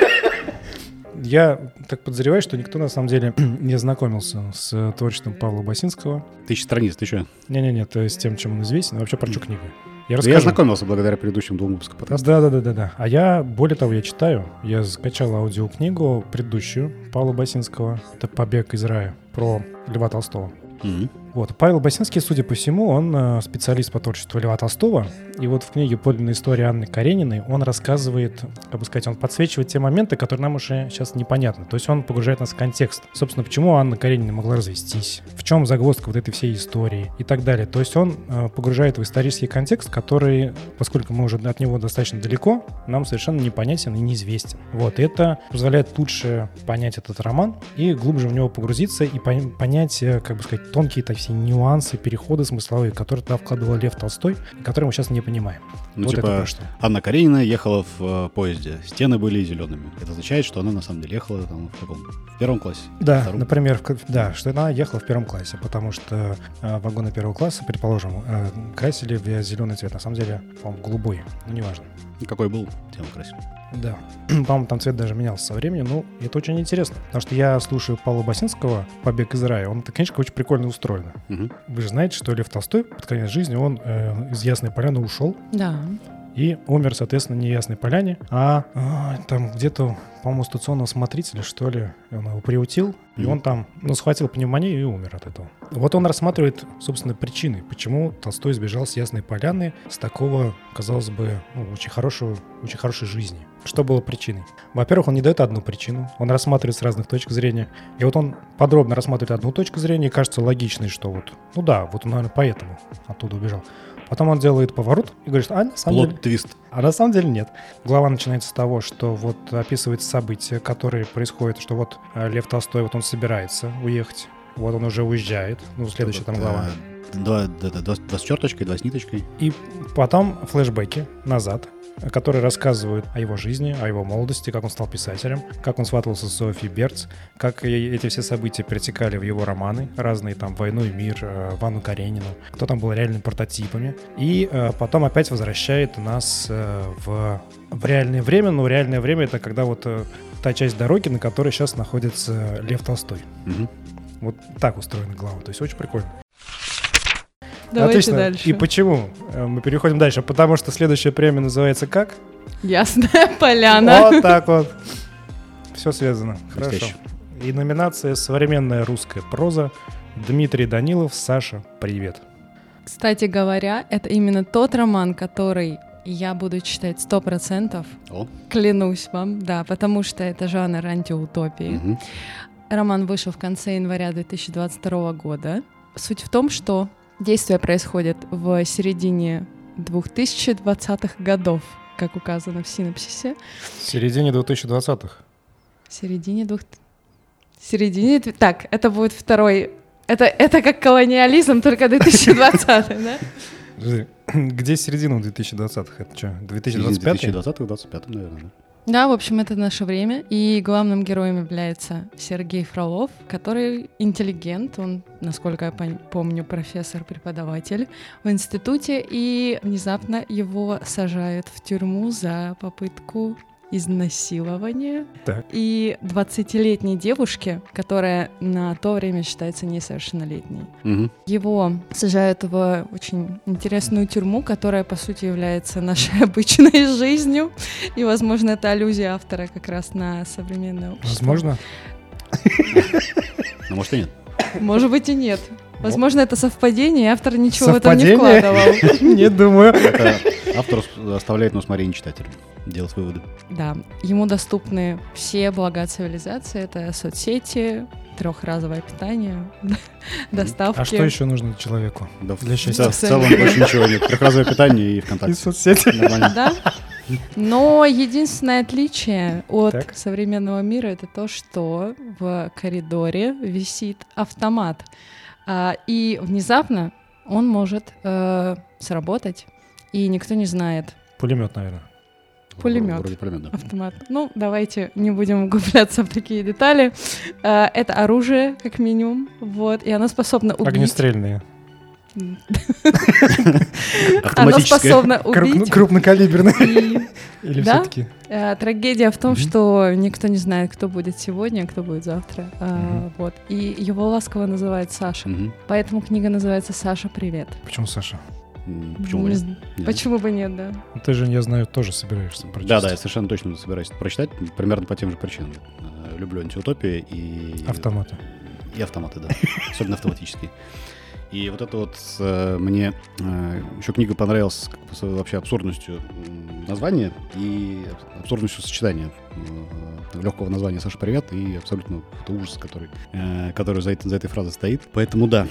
Я так подозреваю, что никто на самом деле не знакомился с творчеством Павла Басинского. Тысяча страниц, ты что? Не-не-не, то есть тем, чем он известен. Вообще про что книга? Я Я расскажу. ознакомился благодаря предыдущим двум выпускам подкаста. Да-да-да-да-да. А я, более того, я читаю. Я скачал аудиокнигу предыдущую Павла Басинского. Это «Побег из рая» про Льва Толстого. Мгм. Вот. Павел Басинский, судя по всему, он э, специалист по творчеству Льва Толстого. И вот в книге «Подлинная история Анны Карениной» он рассказывает, как бы сказать, он подсвечивает те моменты, которые нам уже сейчас непонятны. То есть он погружает нас в контекст. Собственно, почему Анна Каренина могла развестись, в чем загвоздка вот этой всей истории и так далее. То есть он э, погружает в исторический контекст, который, поскольку мы уже от него достаточно далеко, нам совершенно непонятен и неизвестен. Вот. И это позволяет лучше понять этот роман и глубже в него погрузиться и пон- понять, э, как бы сказать, тонкие такие все нюансы, переходы смысловые, которые туда вкладывал Лев Толстой, которые мы сейчас не понимаем. Ну, вот это типа, про что. Анна Каренина ехала в э, поезде, стены были зелеными. Это означает, что она на самом деле ехала там в каком? В первом классе? Да, Втором? например, в ка- да, что она ехала в первом классе, потому что э, вагоны первого класса, предположим, э, красили в зеленый цвет, на самом деле, по-моему, голубой, ну, неважно. Ну, какой был, тем красиво. Да, по-моему, там цвет даже менялся со временем, ну, это очень интересно, потому что я слушаю Павла Басинского «Побег из рая», он, эта книжка очень прикольно устроена. Мгм. Вы же знаете, что Лев Толстой под конец жизни, он э, из Ясной Поляны ушел, Да. и умер, соответственно, не в Ясной Поляне, а, а, там где-то, по-моему, стационного смотрителя, что ли, он его приутил, и Мгм. он там, ну, схватил пневмонию и умер от этого. Вот он рассматривает, собственно, причины, почему Толстой сбежал с Ясной Поляны с такого, казалось бы, ну, очень хорошего, очень хорошей жизни. Что было причиной? Во-первых, он не дает одну причину, он рассматривает с разных точек зрения. И вот он подробно рассматривает одну точку зрения, и кажется логичной, что вот, ну да, вот он, наверное, поэтому оттуда убежал. Потом он делает поворот и говорит, а на самом деле... Плот-твист. А на самом деле нет. Глава начинается с того, что вот описывается события, которые происходят, что вот э, Лев Толстой, вот он собирается уехать, вот он уже уезжает, ну, следующая там Вот, глава. э, Два, да, да, два, два с черточкой, два с ниточкой. И потом флешбеки назад, которые рассказывают о его жизни, о его молодости, как он стал писателем, как он сватался с Софьей Берц, как и эти все события перетекали в его романы, разные там «Войну и мир», э, в Анну Каренину, кто там был реальными прототипами. И э, потом опять возвращает нас э, в, в реальное время, но реальное время — это когда вот э, та часть дороги, на которой сейчас находится Лев Толстой. Мгм. Вот так устроена глава, то есть очень прикольно. Давайте Отлично. дальше. И почему? Э, Мы переходим дальше, потому что следующая премия называется как? Ясная поляна. Вот так вот. Все связано. Хорошо. Блестяще. И номинация «Современная русская проза». Дмитрий Данилов. Саша, привет. Кстати говоря, это именно тот роман, который я буду читать сто процентов. О. Клянусь вам, да, потому что это жанр антиутопии. Мгм. Роман вышел в конце января две тысячи двадцать второго года. Суть в том, что Действие происходит в середине двухтысячных годов, как указано в синопсисе. В середине двухтысячных. В середине двух... В середине... Так, это будет второй... Это, это как колониализм, только две тысячи двадцатый, да? Где середина в двухтысячных? Это что, две тысячи двадцать пятый? две тысячи двадцатый двадцать пятый, наверное, да. Да, в общем, это наше время, и главным героем является Сергей Фролов, который интеллигент, он, насколько я помню, профессор-преподаватель в институте, и внезапно его сажают в тюрьму за попытку изнасилования. Так. И двадцатилетней девушке, которая на то время считается несовершеннолетней. Угу. Его сажают в очень интересную тюрьму, которая, по сути, является нашей обычной жизнью. И, возможно, это аллюзия автора как раз на современное общество. Возможно. Ну, может, и нет. Может быть, и нет. Возможно, это совпадение, и автор ничего Совпадение? в этом не вкладывал. Не думаю. Это автор оставляет на усмотрение читателя делать выводы. Да, ему доступны все блага цивилизации. Это соцсети, трехразовое питание, доставки. А что еще нужно человеку? Да, Для в, счастья. в целом больше ничего нет. Трехразовое питание и И ВКонтакте. соцсети. Нормально. Да. Но единственное отличие от Так. современного мира — это то, что в коридоре висит автомат. А, и внезапно он может э, сработать, и никто не знает. Пулемет, наверное. Пулемет. Вроде пулемет, да. Автомат. Ну, давайте не будем углубляться в такие детали. Э, это оружие, как минимум, вот, и оно способно убить. Огнестрельные. Оно Автоматическое. способно Круп- убить. Крупнокалиберные. И Или Да? все-таки? э, трагедия в том, Мгм. что никто не знает, кто будет сегодня, кто будет завтра. А, Мгм. вот. И его ласково называют Саша. Мгм. Поэтому книга называется «Саша, привет». Почему Саша? М, Почему Не нет? зн- Нет. Почему бы нет, да? Ты же, я знаю, тоже собираешься прочесть. Да, да, я совершенно точно собираюсь прочитать, примерно по тем же причинам. Э, Люблю антиутопии и... Автоматы. И автоматы, да. Особенно автоматические. И вот это вот э, мне э, еще книга понравилась как бы, с- вообще абсурдностью м, названия и абсурдностью сочетания э, легкого названия «Саша, привет» и абсолютно это ужас, который, э, который за, этой- за этой фразой стоит. Поэтому да,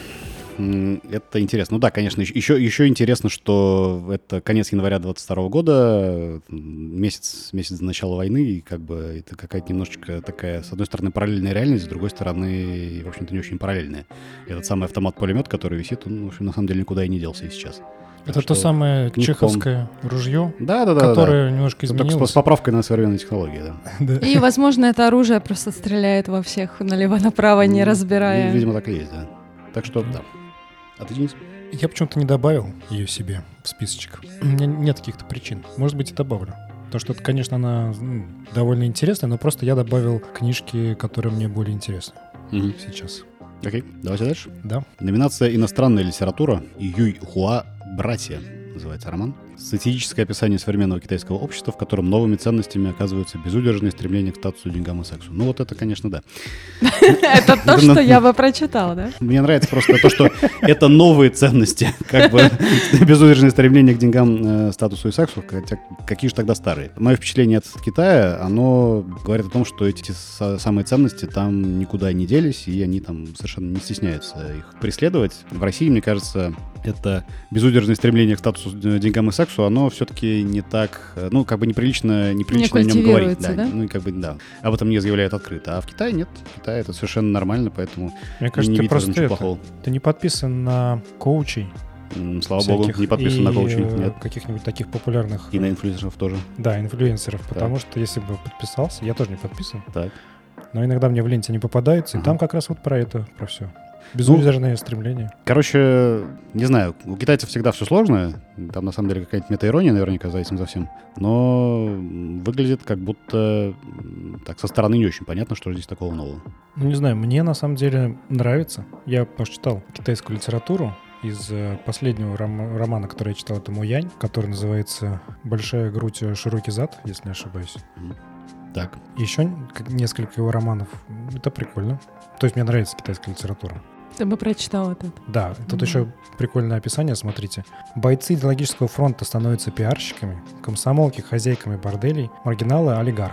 м, это интересно. Ну да, конечно, еще, еще интересно, что это конец января двадцать второго года, м, месяц, месяц до начала войны, и как бы это какая-то немножечко такая, с одной стороны, параллельная реальность, с другой стороны, в общем-то, не очень параллельная. Этот самый автомат-пулемет, который висит, он, в общем, на самом деле никуда и не делся и сейчас. Это Так то что самое книг чеховское ружье, Да, да, да. которое немножко да. Только с, с изменилось. поправкой на современные технологии, да. Да. И, возможно, это оружие просто стреляет во всех налево-направо, не М, разбирая. Видимо, так и есть, да. Так что, да. А ты, Денис? Я почему-то не добавил ее себе в списочек. У меня нет каких-то причин. Может быть, и добавлю. Потому что, это, конечно, она ну, довольно интересная, но просто я добавил книжки, которые мне более интересны Мгм. сейчас. Окей, давайте дальше. Да? Номинация «Иностранная литература» Юй Хуа «Братья» называется роман. Сатирическое описание современного китайского общества, в котором новыми ценностями оказываются безудержные стремления к статусу, деньгам и сексу. Ну вот это, конечно, да. Это то, что я бы прочитала, да? Мне нравится просто то, что это новые ценности, как бы безудержное стремление к деньгам, э, статусу и сексу, хотя какие же тогда старые. Мое впечатление от Китая, оно говорит о том, что эти са- самые ценности там никуда не делись, и они там совершенно не стесняются их преследовать. В России, мне кажется, это безудержное стремление к статусу, э, деньгам и сексу, оно все-таки не так, э, ну, как бы неприлично, неприлично Не о нем говорить. культивируется, да? Ну, и как бы, да. Об этом не заявляют открыто. А в Китае нет. В Китае это совершенно нормально, поэтому Мне я кажется, не ты видел просто ничего это, плохого. ты не подписан на коучей М, Слава всяких богу, не подписан на и, коучинг, э, нет. каких-нибудь таких популярных, И на инфлюенсеров тоже. да, инфлюенсеров, потому что если бы подписался, я тоже не подписан, Так. но иногда мне в ленте не попадаются, и Ага. там как раз вот про это, про все. Безудержное стремление. Короче, не знаю, у китайцев всегда все сложно. Там на самом деле какая-то метаирония наверняка за этим за всем. Но м, выглядит как будто м, так со стороны не очень понятно, что здесь такого нового. Ну, не знаю, мне на самом деле нравится. Я прочитал китайскую литературу из э, последнего ром- романа, который я читал, это «Моянь», который называется «Большая грудь, широкий зад», если не ошибаюсь. Так. Еще несколько его романов. Это прикольно. То есть мне нравится китайская литература. Ты бы прочитал это. Да, тут Мгм. еще прикольное описание, смотрите. Бойцы идеологического фронта становятся пиарщиками, комсомолки — хозяйками борделей, маргиналы — олигархами.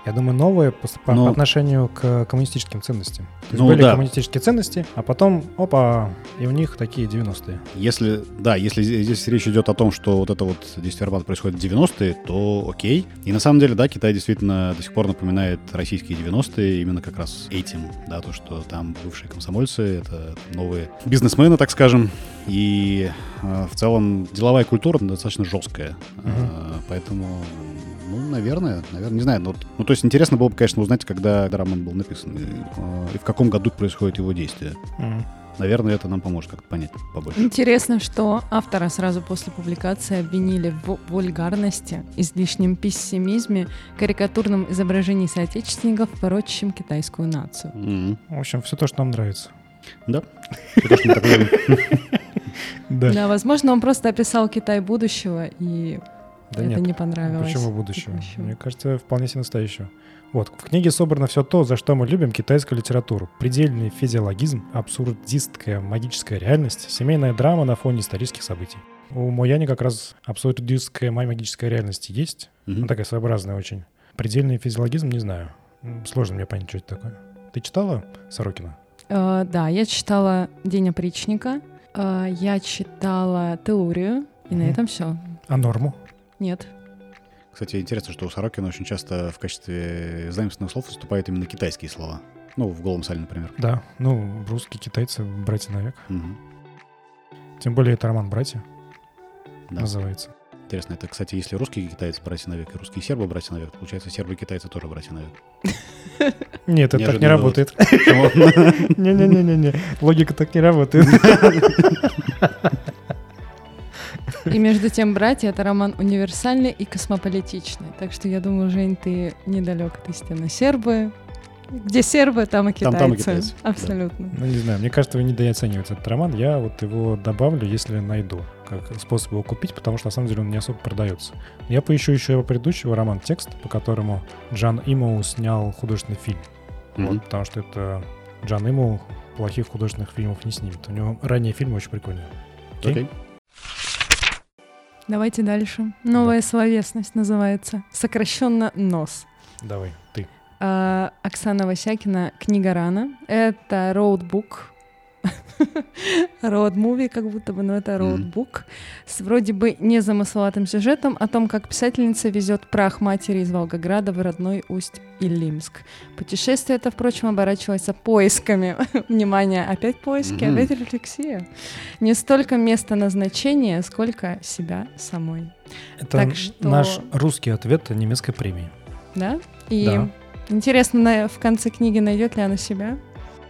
Я думаю, новые по, по, Но... по отношению к коммунистическим ценностям. То есть Ну, были да. коммунистические ценности, а потом, опа, и у них такие девяностые. Если, да, если здесь речь идет о том, что вот это вот действие Арбата происходит в девяностые, то окей. И на самом деле, да, Китай действительно до сих пор напоминает российские девяностые именно как раз этим, да, то, что там бывшие комсомольцы, это новые бизнесмены, так скажем, и э, в целом деловая культура достаточно жесткая, Угу. э, поэтому... Ну, наверное, наверное, не знаю. Ну, ну, то есть интересно было бы, конечно, узнать, когда роман был написан и, э, и в каком году происходит его действие. Угу. Наверное, это нам поможет как-то понять побольше. Интересно, что автора сразу после публикации обвинили в вульгарности, излишнем пессимизме, карикатурном изображении соотечественников, порочащим китайскую нацию. Mm-hmm. В общем, все то, что нам нравится. Да. Все то, что мы так любим. Да. Да, возможно, он просто описал Китай будущего, и Да это нет. не понравилось. Почему будущего? Текущего. Мне кажется, вполне себе настоящего. Вот, в книге собрано все то, за что мы любим китайскую литературу. Предельный физиологизм, абсурдистская магическая реальность, семейная драма на фоне исторических событий. У Мояни как раз абсурдистская магическая реальность есть. Мгм. Она такая своеобразная очень. Предельный физиологизм не знаю. М, Сложно мне понять, что это такое. Ты читала Сорокина? Э, да, я читала «День опричника», э, я читала «Теорию», и на Мгм. этом все. А норму? Нет. Кстати, интересно, что у Сорокина очень часто в качестве заимственных слов выступают именно китайские слова. Ну, в «Голом сале», например. Да. Ну, русские, китайцы, братья навек. Мгм. Тем более это роман «Братья» Да. называется. Интересно, это, кстати, если русские китайцы братья навек и русские сербы братья навек, то, получается, сербы и китайцы тоже братья навек. Нет, это так не Неожиданный работает. Почему? Не-не-не-не, логика так не работает. И между тем «Братья» — это роман универсальный и космополитичный. Так что я думаю, Жень, ты недалек от истины. Сербы... Где сербы, там и Там- китайцы. там и китайцы, да. Абсолютно. Ну, не знаю, мне кажется, вы недооцениваете этот роман. Я вот его добавлю, если найду, как способ его купить, потому что на самом деле он не особо продается. Я поищу еще его предыдущего роман «Текст», по которому Джан Имоу снял художественный фильм. Мгм. Вот, потому что это Джан Имоу плохих художественных фильмов не снимет. У него ранние фильмы очень прикольные. Окей? Окей. Давайте дальше. Новая словесность называется. Сокращенно «НОС». Давай, ты. А, Оксана Васякина «Книга рана». Это роудбук. Роуд-муви как будто бы, но это роудбук. С вроде бы незамысловатым сюжетом о том, как писательница везет прах матери из Волгограда в родной Усть-Илимск. Путешествие это, впрочем, оборачивается поисками. Внимание, опять поиски, Мгм. опять рефлексия. Не столько место назначения, сколько себя самой. Это Так что- наш русский ответ немецкой премии. Да? И Да. интересно, на- в конце книги найдет ли она себя?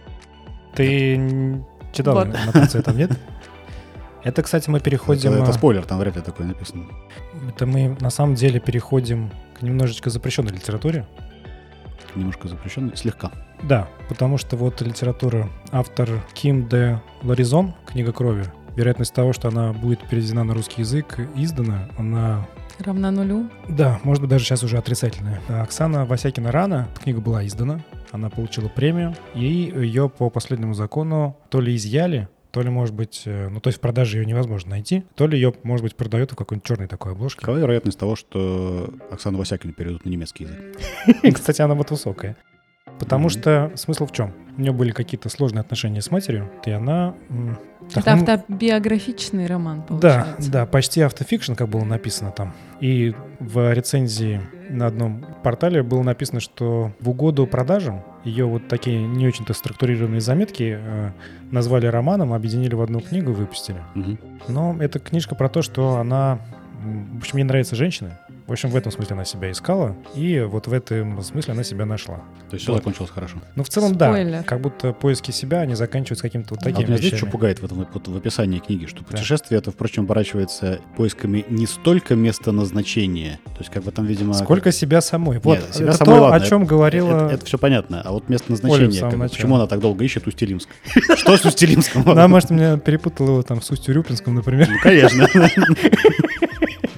Ты н- читала Вот. на конце там, нет? Это, кстати, мы переходим... Это, это а, спойлер, там вряд ли такое написано. Это мы на самом деле переходим к немножечко запрещенной литературе. Немножко запрещенный, слегка. Да, потому что вот литература, автор Ким де Лоризон, «Книга крови», вероятность того, что она будет переведена на русский язык, издана, она... Равна нулю. Да, может быть, даже сейчас уже отрицательная. А Оксана Васякина «Рана», книга была издана, она получила премию, и ее по последнему закону то ли изъяли, то ли, может быть, э, ну, то есть в продаже ее невозможно найти, то ли ее, может быть, продают в какой-нибудь черной такой обложке. Какова вероятность того, что Оксану Васякину переведут на немецкий язык? Кстати, она вот высокая. Потому Мгм. что смысл в чем? У нее были какие-то сложные отношения с матерью, и она... м, Это так, ну, автобиографичный роман, Да, получается. да, почти автофикшн, как было написано там. И в рецензии на одном портале было написано, что в угоду продажам ее вот такие не очень-то структурированные заметки э, назвали романом, объединили в одну книгу и выпустили. Мгм. Но это книжка про то, что она... м, В общем, ей нравятся женщины. В общем, в этом смысле она себя искала, и вот в этом смысле она себя нашла. То есть все Вот. закончилось хорошо. Ну, в целом, Спойлер. да. Как будто поиски себя, они заканчиваются каким-то вот А такими вот меня здесь вещами. что пугает в, этом, вот в описании книги, что путешествие это, впрочем, оборачивается поисками не столько места назначения, то есть как бы там, видимо... Сколько себя самой. Вот, Нет, себя это самой, то, ладно, о чем это- говорила... Это, все понятно, а вот место Оля в назначения, самом как бы, начале. почему она так долго ищет Усть-Илимск? Что с Усть-Илимском? Да, может, меня перепутал его там с Устью-Рюпинском, например. Ну, конечно.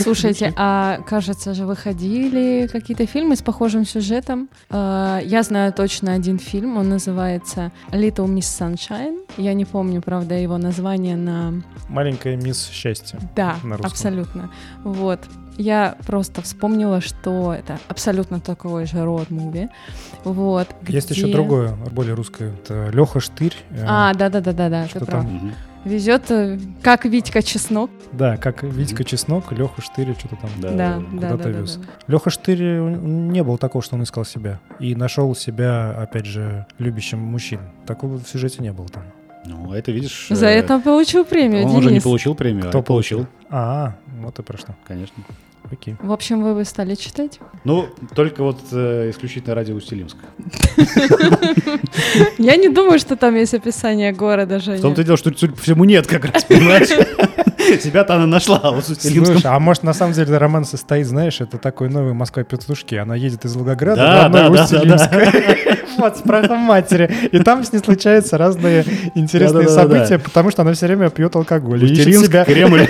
Слушайте, а кажется же, выходили какие-то фильмы с похожим сюжетом. Я знаю точно один фильм, он называется Little Miss Sunshine. Я не помню, правда, его название на... Маленькая мисс счастье. Да, на русском. абсолютно. Вот. Я просто вспомнила, что это абсолютно такой же роуд-муви. Вот, есть где... еще другое, более русское. Это Леха Штырь. А, да-да-да-да, ты прав. Мгм. Везет, как Витька Чеснок. Да, как Витька Чеснок, Леха Штырь что-то там Да, Да, да, да, куда-то да, да, вез. да. Леха Штырь, не было такого, что он искал себя. И нашел себя, опять же, любящим мужчин. Такого в сюжете не было там. Ну, это, видишь... За э, это получил премию, Он Денис. уже не получил премию, Кто а получил. А, вот и про что. Конечно. Окей. В общем, вы бы стали читать? Ну, только вот э, исключительно ради Усть-Илимска. Я не думаю, что там есть описание города, Женя. В том-то и дело, что, судя по всему, нет как раз, понимаешь? Себя-то она нашла, а вот с Усть-Илимском... Слушай, а может на самом деле роман состоит, знаешь, это такой новый Москва-Петрушки. Она едет из Волгограда Да, в да, родной да, да, Усть-Илимск. Вот, с прахом матери. И там с ней случаются разные интересные Да-да-да-да. события, потому что она все время пьет алкоголь. и ищет Усть-Илимск, себя. Кремль.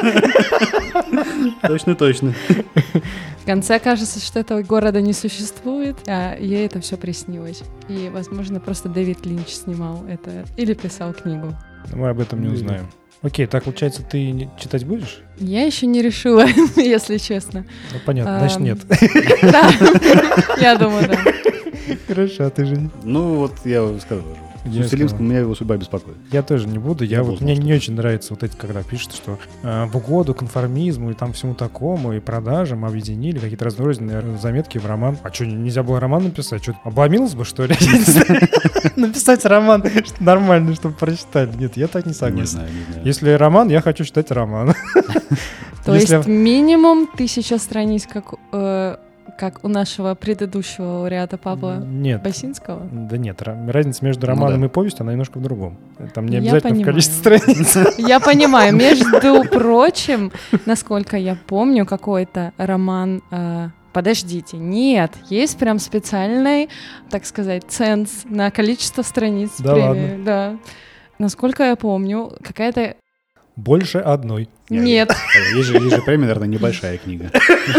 Точно, точно. В конце кажется, что этого города не существует, а ей это все приснилось. И, возможно, просто Дэвид Линч снимал это или писал книгу. Мы об этом не узнаем. Окей, так получается, ты не- читать будешь? Я еще не решила, если честно. Ну, понятно, Ам. значит, нет. Да, я думаю, да. Хорошо, а ты же... Ну, вот я сказал. С Я Усть-Илимском знаю. меня его судьба беспокоит. Я тоже не буду. Я, Я вот буду, мне может, не очень нравится вот эти, когда пишут, что э, в угоду конформизму и там всему такому, и продажам объединили какие-то разрозненные заметки в роман. А что, нельзя было роман написать? Что, обломилось бы, что ли? Написать роман что нормально, чтобы прочитали. Нет, я так не Не согласен. знаю, не знаю. Если роман, я хочу читать роман. То Если- есть минимум тысяча страниц, как, э, как у нашего предыдущего лауреата Павла Нет. Басинского. Да нет, ра- разница между Ну романом да. и повестью, она немножко в другом. Там не Я обязательно в понимаю. количестве страниц. Я понимаю. Между прочим, насколько я помню, какой-то роман... э, Подождите, нет, есть прям специальный, так сказать, ценз на количество страниц Да премии. Да. Насколько я помню, какая-то... Больше одной. Нет. Э, Есть же, есть же премия, наверное, небольшая книга.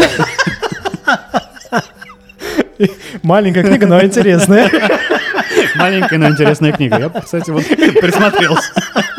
Маленькая книга, но интересная. Маленькая, но интересная книга. Я, кстати, вот присмотрелся.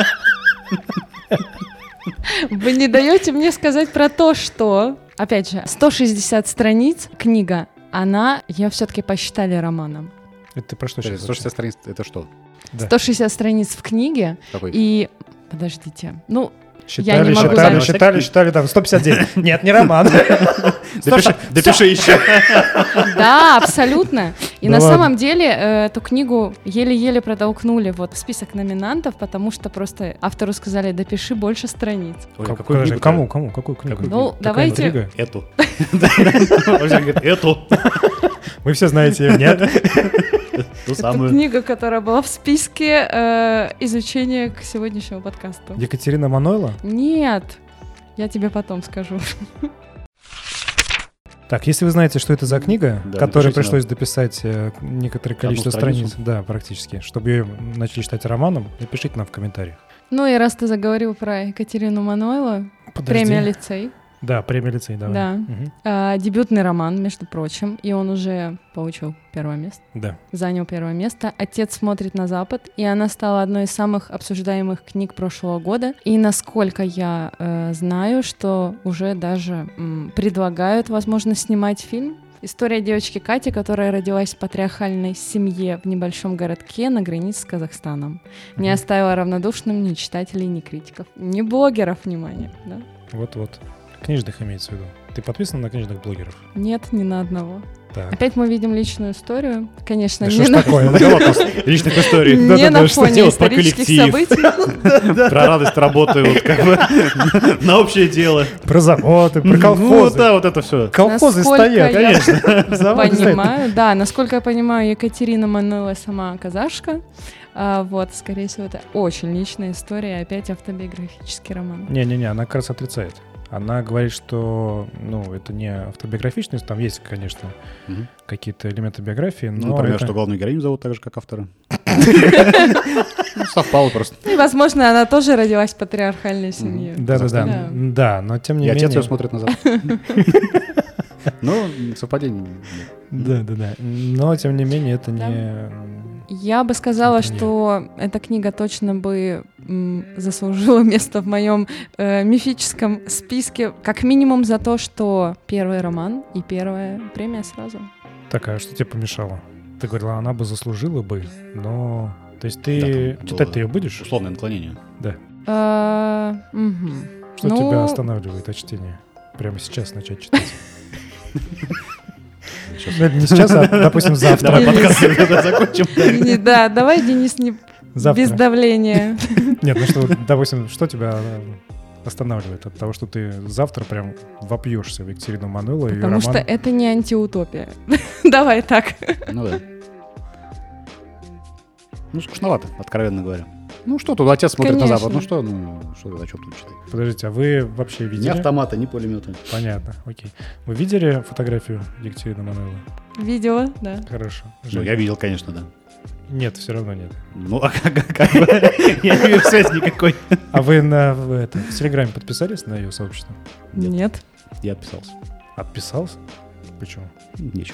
Вы не даете мне сказать про то, что, опять же, сто шестьдесят страниц книга, она, ее все-таки посчитали романом. Это ты про что сейчас? сто шестьдесят страниц — это что? Да. сто шестьдесят страниц в книге, Какой? и... Подождите. Ну, Считали, не могу считали, знать. считали, считали, там, сто пятьдесят девять. Нет, не роман. Допиши, допиши еще. да, абсолютно. И Да на ладно. самом деле э, эту книгу еле-еле протолкнули вот в список номинантов, потому что просто автору сказали, допиши больше страниц. Ой, Как- какую подожди, книгу-то? Кому, кому, какую книгу? Какую Ну, Такая давайте- интрига. Эту. Вообще говорит, эту. Вы все знаете ее, нет? Ту Это самую. книга, которая была в списке э, изучения к сегодняшнему подкасту. Екатерина Манойла? Нет, я тебе потом скажу. Так, если вы знаете, что это за книга, Да, которой напишите пришлось дописать э, некоторое количество страницу? страниц, да, практически, чтобы ее начали читать романом, напишите нам в комментариях. Ну и раз ты заговорил про Екатерину Манойло, Подожди. премия «Лицей», Да, премия лицей, давай. да, Мгм. а, дебютный роман, между прочим, и он уже получил первое место. Да. Занял первое место. «Отец смотрит на Запад», и она стала одной из самых обсуждаемых книг прошлого года. И насколько я э, знаю, что уже даже м, предлагают, возможно, снимать фильм. История девочки Кати, которая родилась в патриархальной семье в небольшом городке на границе с Казахстаном. Не Мгм. оставила равнодушным ни читателей, ни критиков, ни блогеров, внимания. Да? Вот-вот. Книжных имеется в виду. Ты подписан на книжных блогеров? Нет, ни на одного. Так. Опять мы видим личную историю. Конечно, Да не что ж на, такое? Вопрос личных историй. не Да-да-да, на что фоне делать про исторических коллектив? событий. Про радость работы, вот как бы на общее дело. Про заводы, про Ну, вот, колхозы. да, вот это все. Колхозы Насколько стоят, я конечно. Заводы стоят. Понимаю, да, насколько я понимаю, Екатерина Манойла сама казашка. А, вот, скорее всего, это очень личная история, и опять автобиографический роман. Не-не-не, она как раз отрицает. Она говорит, что, ну, это не автобиографичность, там есть, конечно, Мгм. какие-то элементы биографии, но Ну, например, это- что главную героиню зовут так же, как автора. Ну, совпало просто. И, возможно, она тоже родилась в патриархальной семье. Да-да-да. Да. Да, но тем не И менее... отец ее смотрит назад. Ну, совпадение нет. Да-да-да. Но, тем не менее, это Да. не... Я бы сказала, Например. что эта книга точно бы м, заслужила место в моем э, мифическом списке, как минимум за то, что первый роман и первая премия сразу. Так, а что тебе помешало? Ты говорила, она бы заслужила бы, но... То есть ты Да, там читать было ты ее будешь? Условное наклонение. Да. А, мгм. Что Ну, тебя останавливает от чтения? Прямо сейчас начать читать? Ну, не сейчас, а, допустим, завтра. Давай Или- подкаст закончим. Не, да, давай, Денис, не Завтра. без давления. Нет, ну что, допустим, что тебя э, останавливает от того, что ты завтра прям вопьешься в Екатерину Мануйлову и ее Потому что роман? это не антиутопия. Давай так. Ну да. Ну, скучновато, откровенно говоря. Ну что тут, отец смотрит на Конечно. запад. Ну что, ну что, о чем тут читать? Подождите, а вы вообще Ни видели? автомата, ни пулемета. Понятно, окей. Вы видели фотографию Екатерины Мануйловой? Видела, да. Хорошо. Ну, Жень? я видел, конечно, да. Нет, все равно нет. Ну, а как, как бы, я не вижу связи никакой. А вы на в это, в Телеграме подписались на ее сообщество? Нет. Нет. Я отписался. Отписался? Почему? Ничего.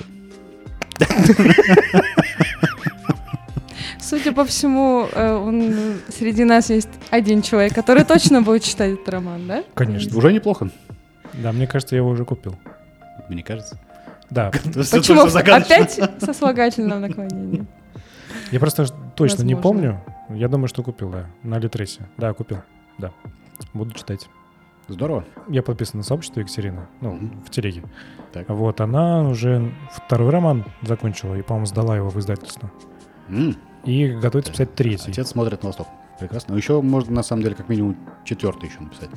Судя по всему, э, он, среди нас есть один человек, который точно будет читать этот роман, да? Конечно. Уже неплохо, Да, мне кажется, я его уже купил. мне кажется. Да, Почему? Опять со слагательным наклонением. я просто ж- точно не Возможно. помню. Я думаю, что купил, да. На Литресе. Да, купил. Да. Буду читать. Здорово. Я подписан на сообщество Екатерины, ну, Мгм. в телеге. Так. Вот, она уже второй роман закончила и, по-моему, сдала его в издательство. М, И готовится писать третий. Отец смотрит на восток. Прекрасно. Ну, еще можно, на самом деле, как минимум четвертый еще написать.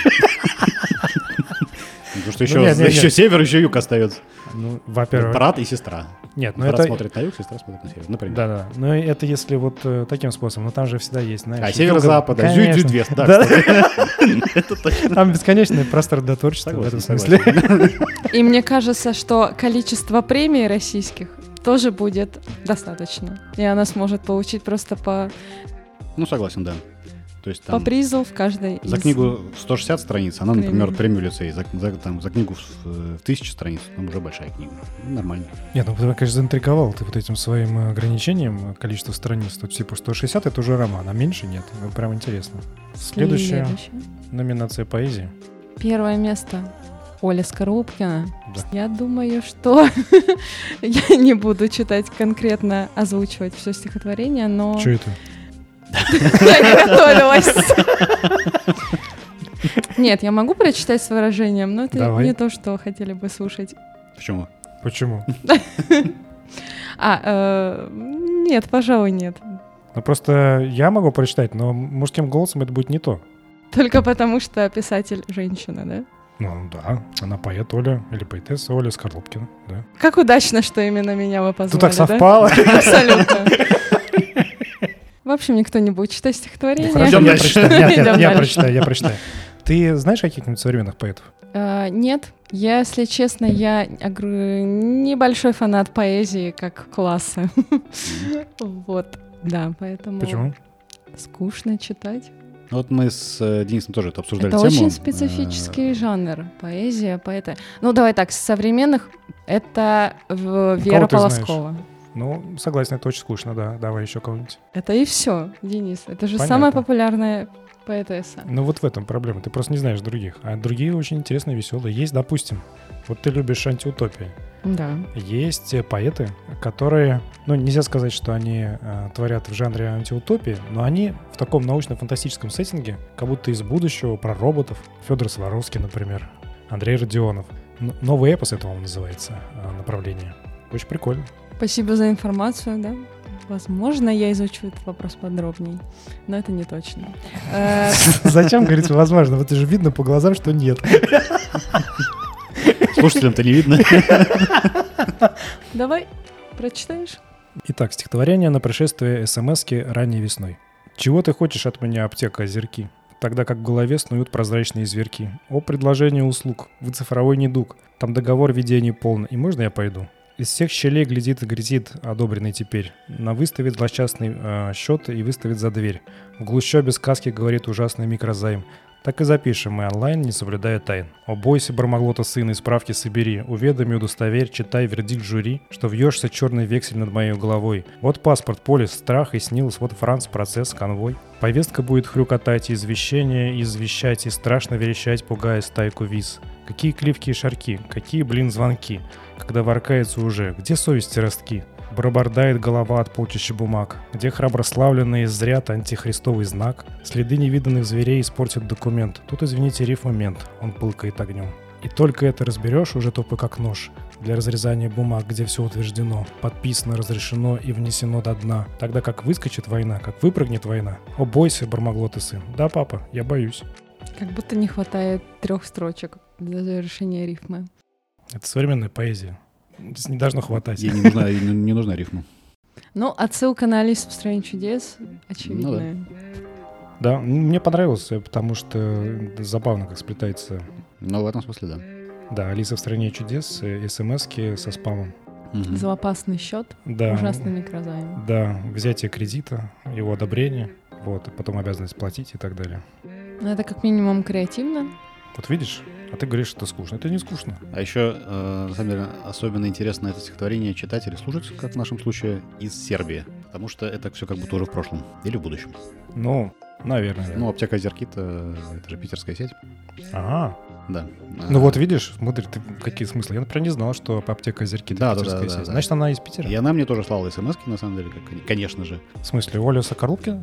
Потому что еще, Ну, нет, нет, еще нет. север, еще юг остается. Ну, во-первых... Брат и сестра. Нет, ну Брат это... смотрит на юг, сестра смотрит на север, например. Да-да. Но это если вот э, таким способом. Но там же всегда есть, знаешь... А северо-запад, а Конечно. зюд-зюд-вест. Да, Да. кстати. Это точно. Там бесконечный простор для творчества в этом Согласен, смысле. согласен. И мне кажется, что количество премий российских тоже будет достаточно. И она сможет получить просто по, Ну, согласен, да. То есть по там призу в каждой за из- книгу сто шестьдесят страниц, она, например, Премию. премию лицей. За, за, там, за книгу в, в тысячу страниц, там уже большая книга. Ну, нормально. Нет, ну ты, конечно, заинтриговал ты вот этим своим э, ограничением количества страниц. Тут типа сто шестьдесят это уже роман, а меньше нет. Ну, прям интересно. Следующая Следующее. номинация поэзии. Первое место. Оля Скорлупкина. Да. Я думаю, что я не буду читать конкретно, озвучивать все стихотворение, но Что это? я не готовилась. Нет, я могу прочитать с выражением, но это Давай. не то, что хотели бы слушать. Почему? Почему? А, э, нет, пожалуй, нет. Ну просто я могу прочитать, но мужским голосом это будет не то. Только потому, что писатель женщина, да? Ну да, она поэт Оля, или поэтесса Оля Скорлупкина, да. Как удачно, что именно меня вы позвали, Тут так да? совпало. Абсолютно. В общем, никто не будет читать стихотворение. Хорошо, Идем я дальше. прочитаю. Нет, нет, Идем я дальше. прочитаю, я прочитаю. Ты знаешь каких-нибудь современных поэтов? А, нет, я, если честно, я огр- небольшой фанат поэзии как класса. Вот, да, поэтому Почему? скучно читать. Вот мы с э, Денисом тоже это обсуждали Это тему. очень специфический жанр. Поэзия, поэты. Ну, давай так, с современных это в- Вера ты знаешь? Полоскова. Ну, согласен, это очень скучно, да. Давай еще кого-нибудь. Это и все, Денис. Это же Понятно. самая популярная поэтесса. Ну вот в этом проблема. Ты просто не знаешь других. А другие очень интересные, веселые. Есть, допустим, вот ты любишь антиутопии. Да. Есть э, поэты, которые, ну, нельзя сказать, что они э, творят в жанре антиутопии, но они в таком научно-фантастическом сеттинге, как будто из будущего, про роботов. Федор Сваровский, например, Андрей Родионов. Н- новый эпос, это, по-моему, называется э, направление. Очень прикольно. Спасибо за информацию, да. Возможно, я изучу этот вопрос подробнее, но это не точно. Э, Зачем говорить возможно? Вот это же видно по глазам, что нет. Слушателям-то не видно. Давай, прочитаешь? Итак, стихотворение на пришествие СМСки ранней весной. «Чего ты хочешь от меня, аптека, озерки? Тогда как в голове снуют прозрачные зверьки. О, предложение услуг, вы цифровой недуг. Там договор ведения полный, и можно я пойду? Из всех щелей глядит и грязит, одобренный теперь. На выставит злосчастный э, счет и выставит за дверь. В глущобе сказки говорит ужасный микрозайм. Так и запишем мы онлайн, не соблюдая тайн. О, бойся, Бармаглота сына, и справки собери. Уведоми, удостоверь, читай вердикт жюри, что вьешься черный вексель над моей головой. Вот паспорт, полис, страх и снилось, вот Франц, процесс, конвой. Повестка будет хрюкотать, извещение, извещать и страшно верещать, пугая стайку виз. Какие кливки и шарки, какие, блин, звонки, когда воркается уже, где совести ростки? Барабардает голова от полчища бумаг, где храброславленные зрят антихристовый знак. Следы невиданных зверей испортят документ. Тут, извините, риф-момент, он пылкает огнем. И только это разберешь, уже тупо как нож. Для разрезания бумаг, где все утверждено, подписано, разрешено и внесено до дна. Тогда как выскочит война, как выпрыгнет война. О, бойся, Бармаглот и сын. Да, папа, я боюсь. Как будто не хватает трех строчек для завершения рифмы. Это современная поэзия. Здесь не должно хватать. Ей не нужна, не, не нужна рифма. Ну, отсылка на Алису в стране чудес очевидная. Ну, да. Да, мне понравилось, потому что забавно, как сплетается. Ну, в этом смысле, да. Да, Алиса в стране чудес, смс-ки со спамом. Угу. Злопасный счет, да. Ужасный микрозайм. Да, взятие кредита, его одобрение, вот, а потом обязанность платить и так далее. Ну, это как минимум креативно. Вот видишь, а ты говоришь, что это скучно. Это не скучно. А еще, э, на самом деле, особенно интересно это стихотворение читать или слушать, как в нашем случае, из Сербии. Потому что это все как будто уже в прошлом или в будущем. Ну, наверное. Да. Ну, аптека Озеркита — это же питерская сеть. Ага. Да. Ну а... вот видишь, смотри, ты какие смыслы. Я, например, не знал, что аптека Озеркита да, питерская да, да, сеть. да, да. Значит, она из Питера. И она мне тоже слала смс-ки, на самом деле, как, конечно же. В смысле, Оля Соколукина?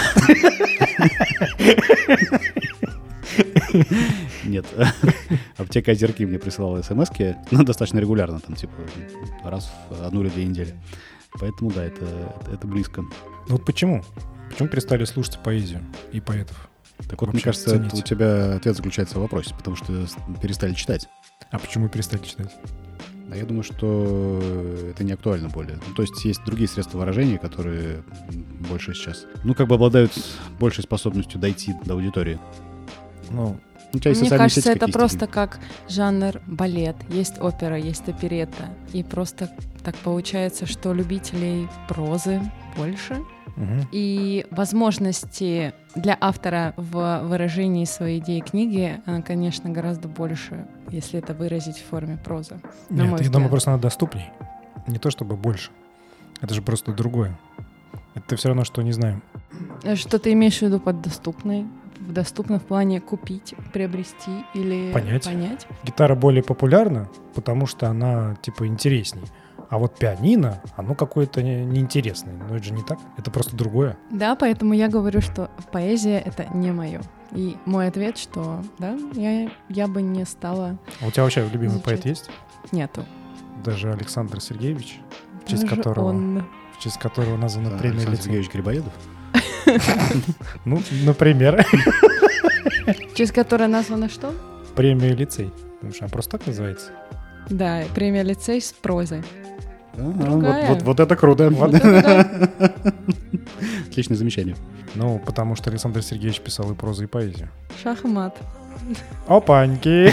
Нет. Аптека Озерки мне присылала смс-ки, ну, достаточно регулярно, там, типа, раз в одну или две недели. Поэтому, да, это, это, это близко. Ну вот почему? Почему перестали слушать поэзию и поэтов? Так вот, мне кажется, это у тебя ответ заключается в вопросе, потому что перестали читать. А почему перестали читать? А я думаю, что это не актуально более. Ну, то есть есть другие средства выражения, которые больше сейчас, ну, как бы обладают большей способностью дойти до аудитории. Ну, мне кажется, это просто как жанр балет. Есть опера, есть оперетта. И просто так получается, что любителей прозы больше. Угу. И возможности для автора в выражении своей идеи книги, она, конечно, гораздо больше, если это выразить в форме прозы. Нет, я думаю, просто она доступней. Не то чтобы больше. Это же просто другое. Это все равно, что не знаю. Что ты имеешь в виду под доступной? Доступно в плане купить, приобрести или понять. понять. Гитара более популярна, потому что она типа интересней. А вот пианино, оно какое-то неинтересное. Но это же не так. Это просто другое. Да, поэтому я говорю, что поэзия — это не мое. И мой ответ, что да, я, я бы не стала... А у тебя вообще любимый изучать. Поэт есть? Нету. Даже Александр Сергеевич, в честь Даже которого, он... в честь которого названа да, премия Александр лицей. Сергеевич Грибоедов? Ну, например. В честь которой названа что? Премия лицей. Потому что она просто так называется. Да, премия лицей с прозой. А, вот, вот, вот это круто. Вот это да. Отличное замечание. Ну, потому что Александр Сергеевич писал и прозу, и поэзию. Шах и мат. Опаньки!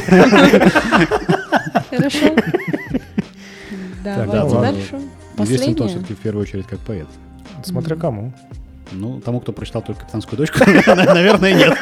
Хорошо. Давайте дальше. Известен он все-таки в первую очередь как поэт. Смотря кому. Ну, тому, кто прочитал только «Капитанскую дочку», наверное, нет.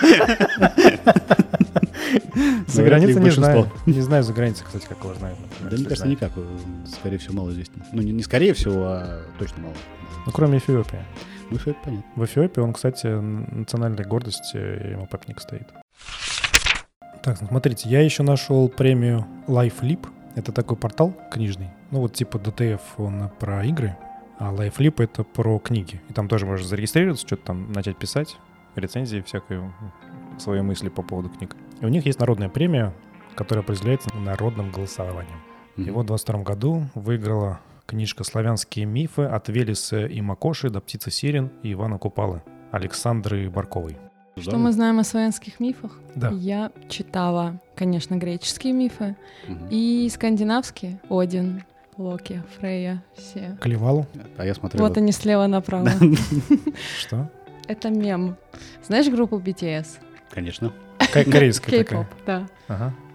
За границей не знаю. Не знаю за границей, кстати, как его знают. Да, мне кажется, никак. Скорее всего, мало известен. Ну, не скорее всего, а точно мало. Ну, кроме Эфиопии. Ну, Эфиопия, понятно. В Эфиопии он, кстати, национальная гордость, ему памятник стоит. Так, смотрите, я еще нашел премию LifeLib. Это такой портал книжный. Ну, вот типа ди ти эф, он про игры. А LifeLib — это про книги. И там тоже можно зарегистрироваться, что-то там начать писать, рецензии, всякие свои мысли по поводу книг. И у них есть народная премия, которая определяется народным голосованием. Mm-hmm. И вот в двадцать втором году выиграла книжка «Славянские мифы» от Велеса и Макоши до «Птицы Сирен» и Ивана Купалы Александры Барковой. Что да. мы знаем о славянских мифах? Да. Я читала, конечно, греческие мифы Mm-hmm. и скандинавские. Один, Локи, Фрейя, все. Калевалу? А я смотрел... Вот они слева направо. Что? Это мем. Знаешь группу би ти эс? Конечно. Корейская такая. Кей-поп, да. Ага.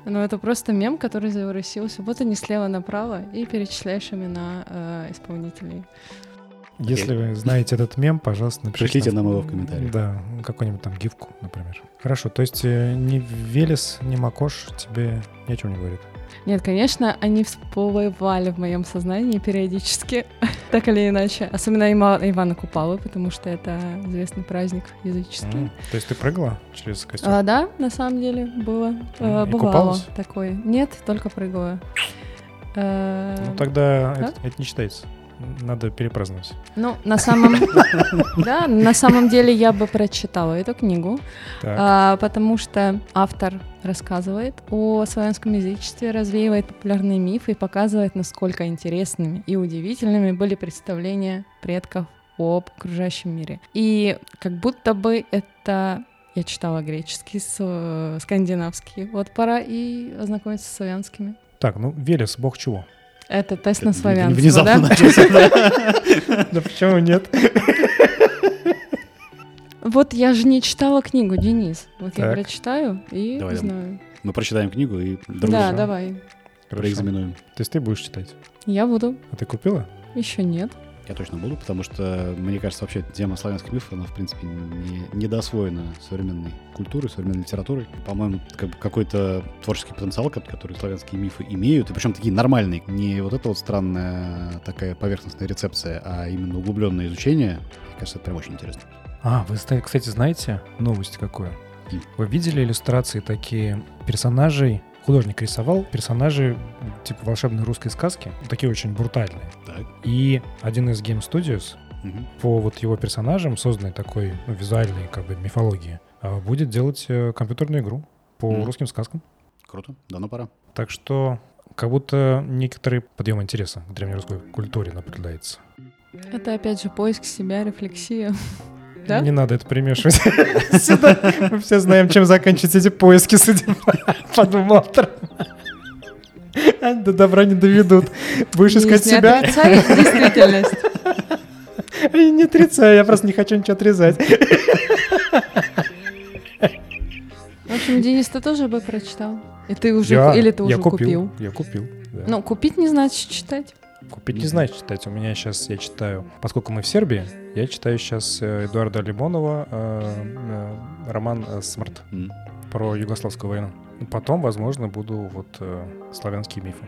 Но это просто мем, который завирусился. Вот они слева направо и перечисляешь имена э, исполнителей. Если вы знаете этот мем, пожалуйста, напишите. Пришлите нам его в комментариях. Да, какую-нибудь там гифку, например. Хорошо, то есть э, ни Велес, ни Макош тебе ни о чем не говорит? Нет, конечно, они всплывали в моем сознании периодически, так или иначе. Особенно Има- Ивана Купалы, потому что это известный праздник языческий. Mm, то есть ты прыгала через костер? А, да, на самом деле было. Mm, а, и бывало купалась? такое. Нет, только прыгала. А, Ну тогда да? это, это не считается. Надо перепраздновать. Ну, на самом... Да, на самом деле я бы прочитала эту книгу, Так. а, потому что автор рассказывает о славянском язычестве, развеивает популярные мифы и показывает, насколько интересными и удивительными были представления предков об окружающем мире. И как будто бы это... Я читала греческий, с- скандинавский. Вот пора и ознакомиться с славянскими. Так, ну Велес, бог чего? Это тест на Это славянство, внезапно да? начался, да. Да почему нет? Вот я же не читала книгу, Денис. Вот я Так. прочитаю и Давай, узнаю. Мы прочитаем книгу и друг Да, друга давай. Хорошо. проэкзаменуем. То есть ты будешь читать? Я буду. А ты купила? Еще нет. Я точно буду, потому что, мне кажется, вообще тема славянских мифов, она, в принципе, не, недоосвоена современной культурой, современной литературой. По-моему, как бы какой-то творческий потенциал, ко- который славянские мифы имеют, и причем такие нормальные, не вот эта вот странная такая поверхностная рецепция, а именно углубленное изучение. Мне кажется, это прям очень интересно. А, вы, ста- кстати, знаете новость какую? М. Вы видели иллюстрации такие персонажей? Художник рисовал персонажей типа волшебной русской сказки, такие очень брутальные. Так. И один из Game Studios Мгм. по вот его персонажам, созданной такой ну, визуальной как бы мифологии, а, будет делать э, компьютерную игру по Мгм. русским сказкам. Круто, давно пора. Так что как будто некоторый подъем интереса к древнерусской культуре наблюдается. Это опять же поиск себя, рефлексия. Да? Не надо это примешивать сюда. Мы все знаем, чем заканчиваются эти поиски, судя по двум авторам. До добра не доведут. Будешь искать Не себя? отрицай действительность. Я не отрицаю, я просто не хочу ничего отрезать. В общем, Денис, ты тоже бы прочитал? И ты уже, Я- или ты я уже купил? Я купил. да. Ну, купить не значит читать. Купить не значит читать. У меня сейчас я читаю, поскольку мы в Сербии, я читаю сейчас э, Эдуарда Лимонова э, э, роман э, «Смарт» М. про югославскую войну. Потом, возможно, буду вот э, славянские мифы.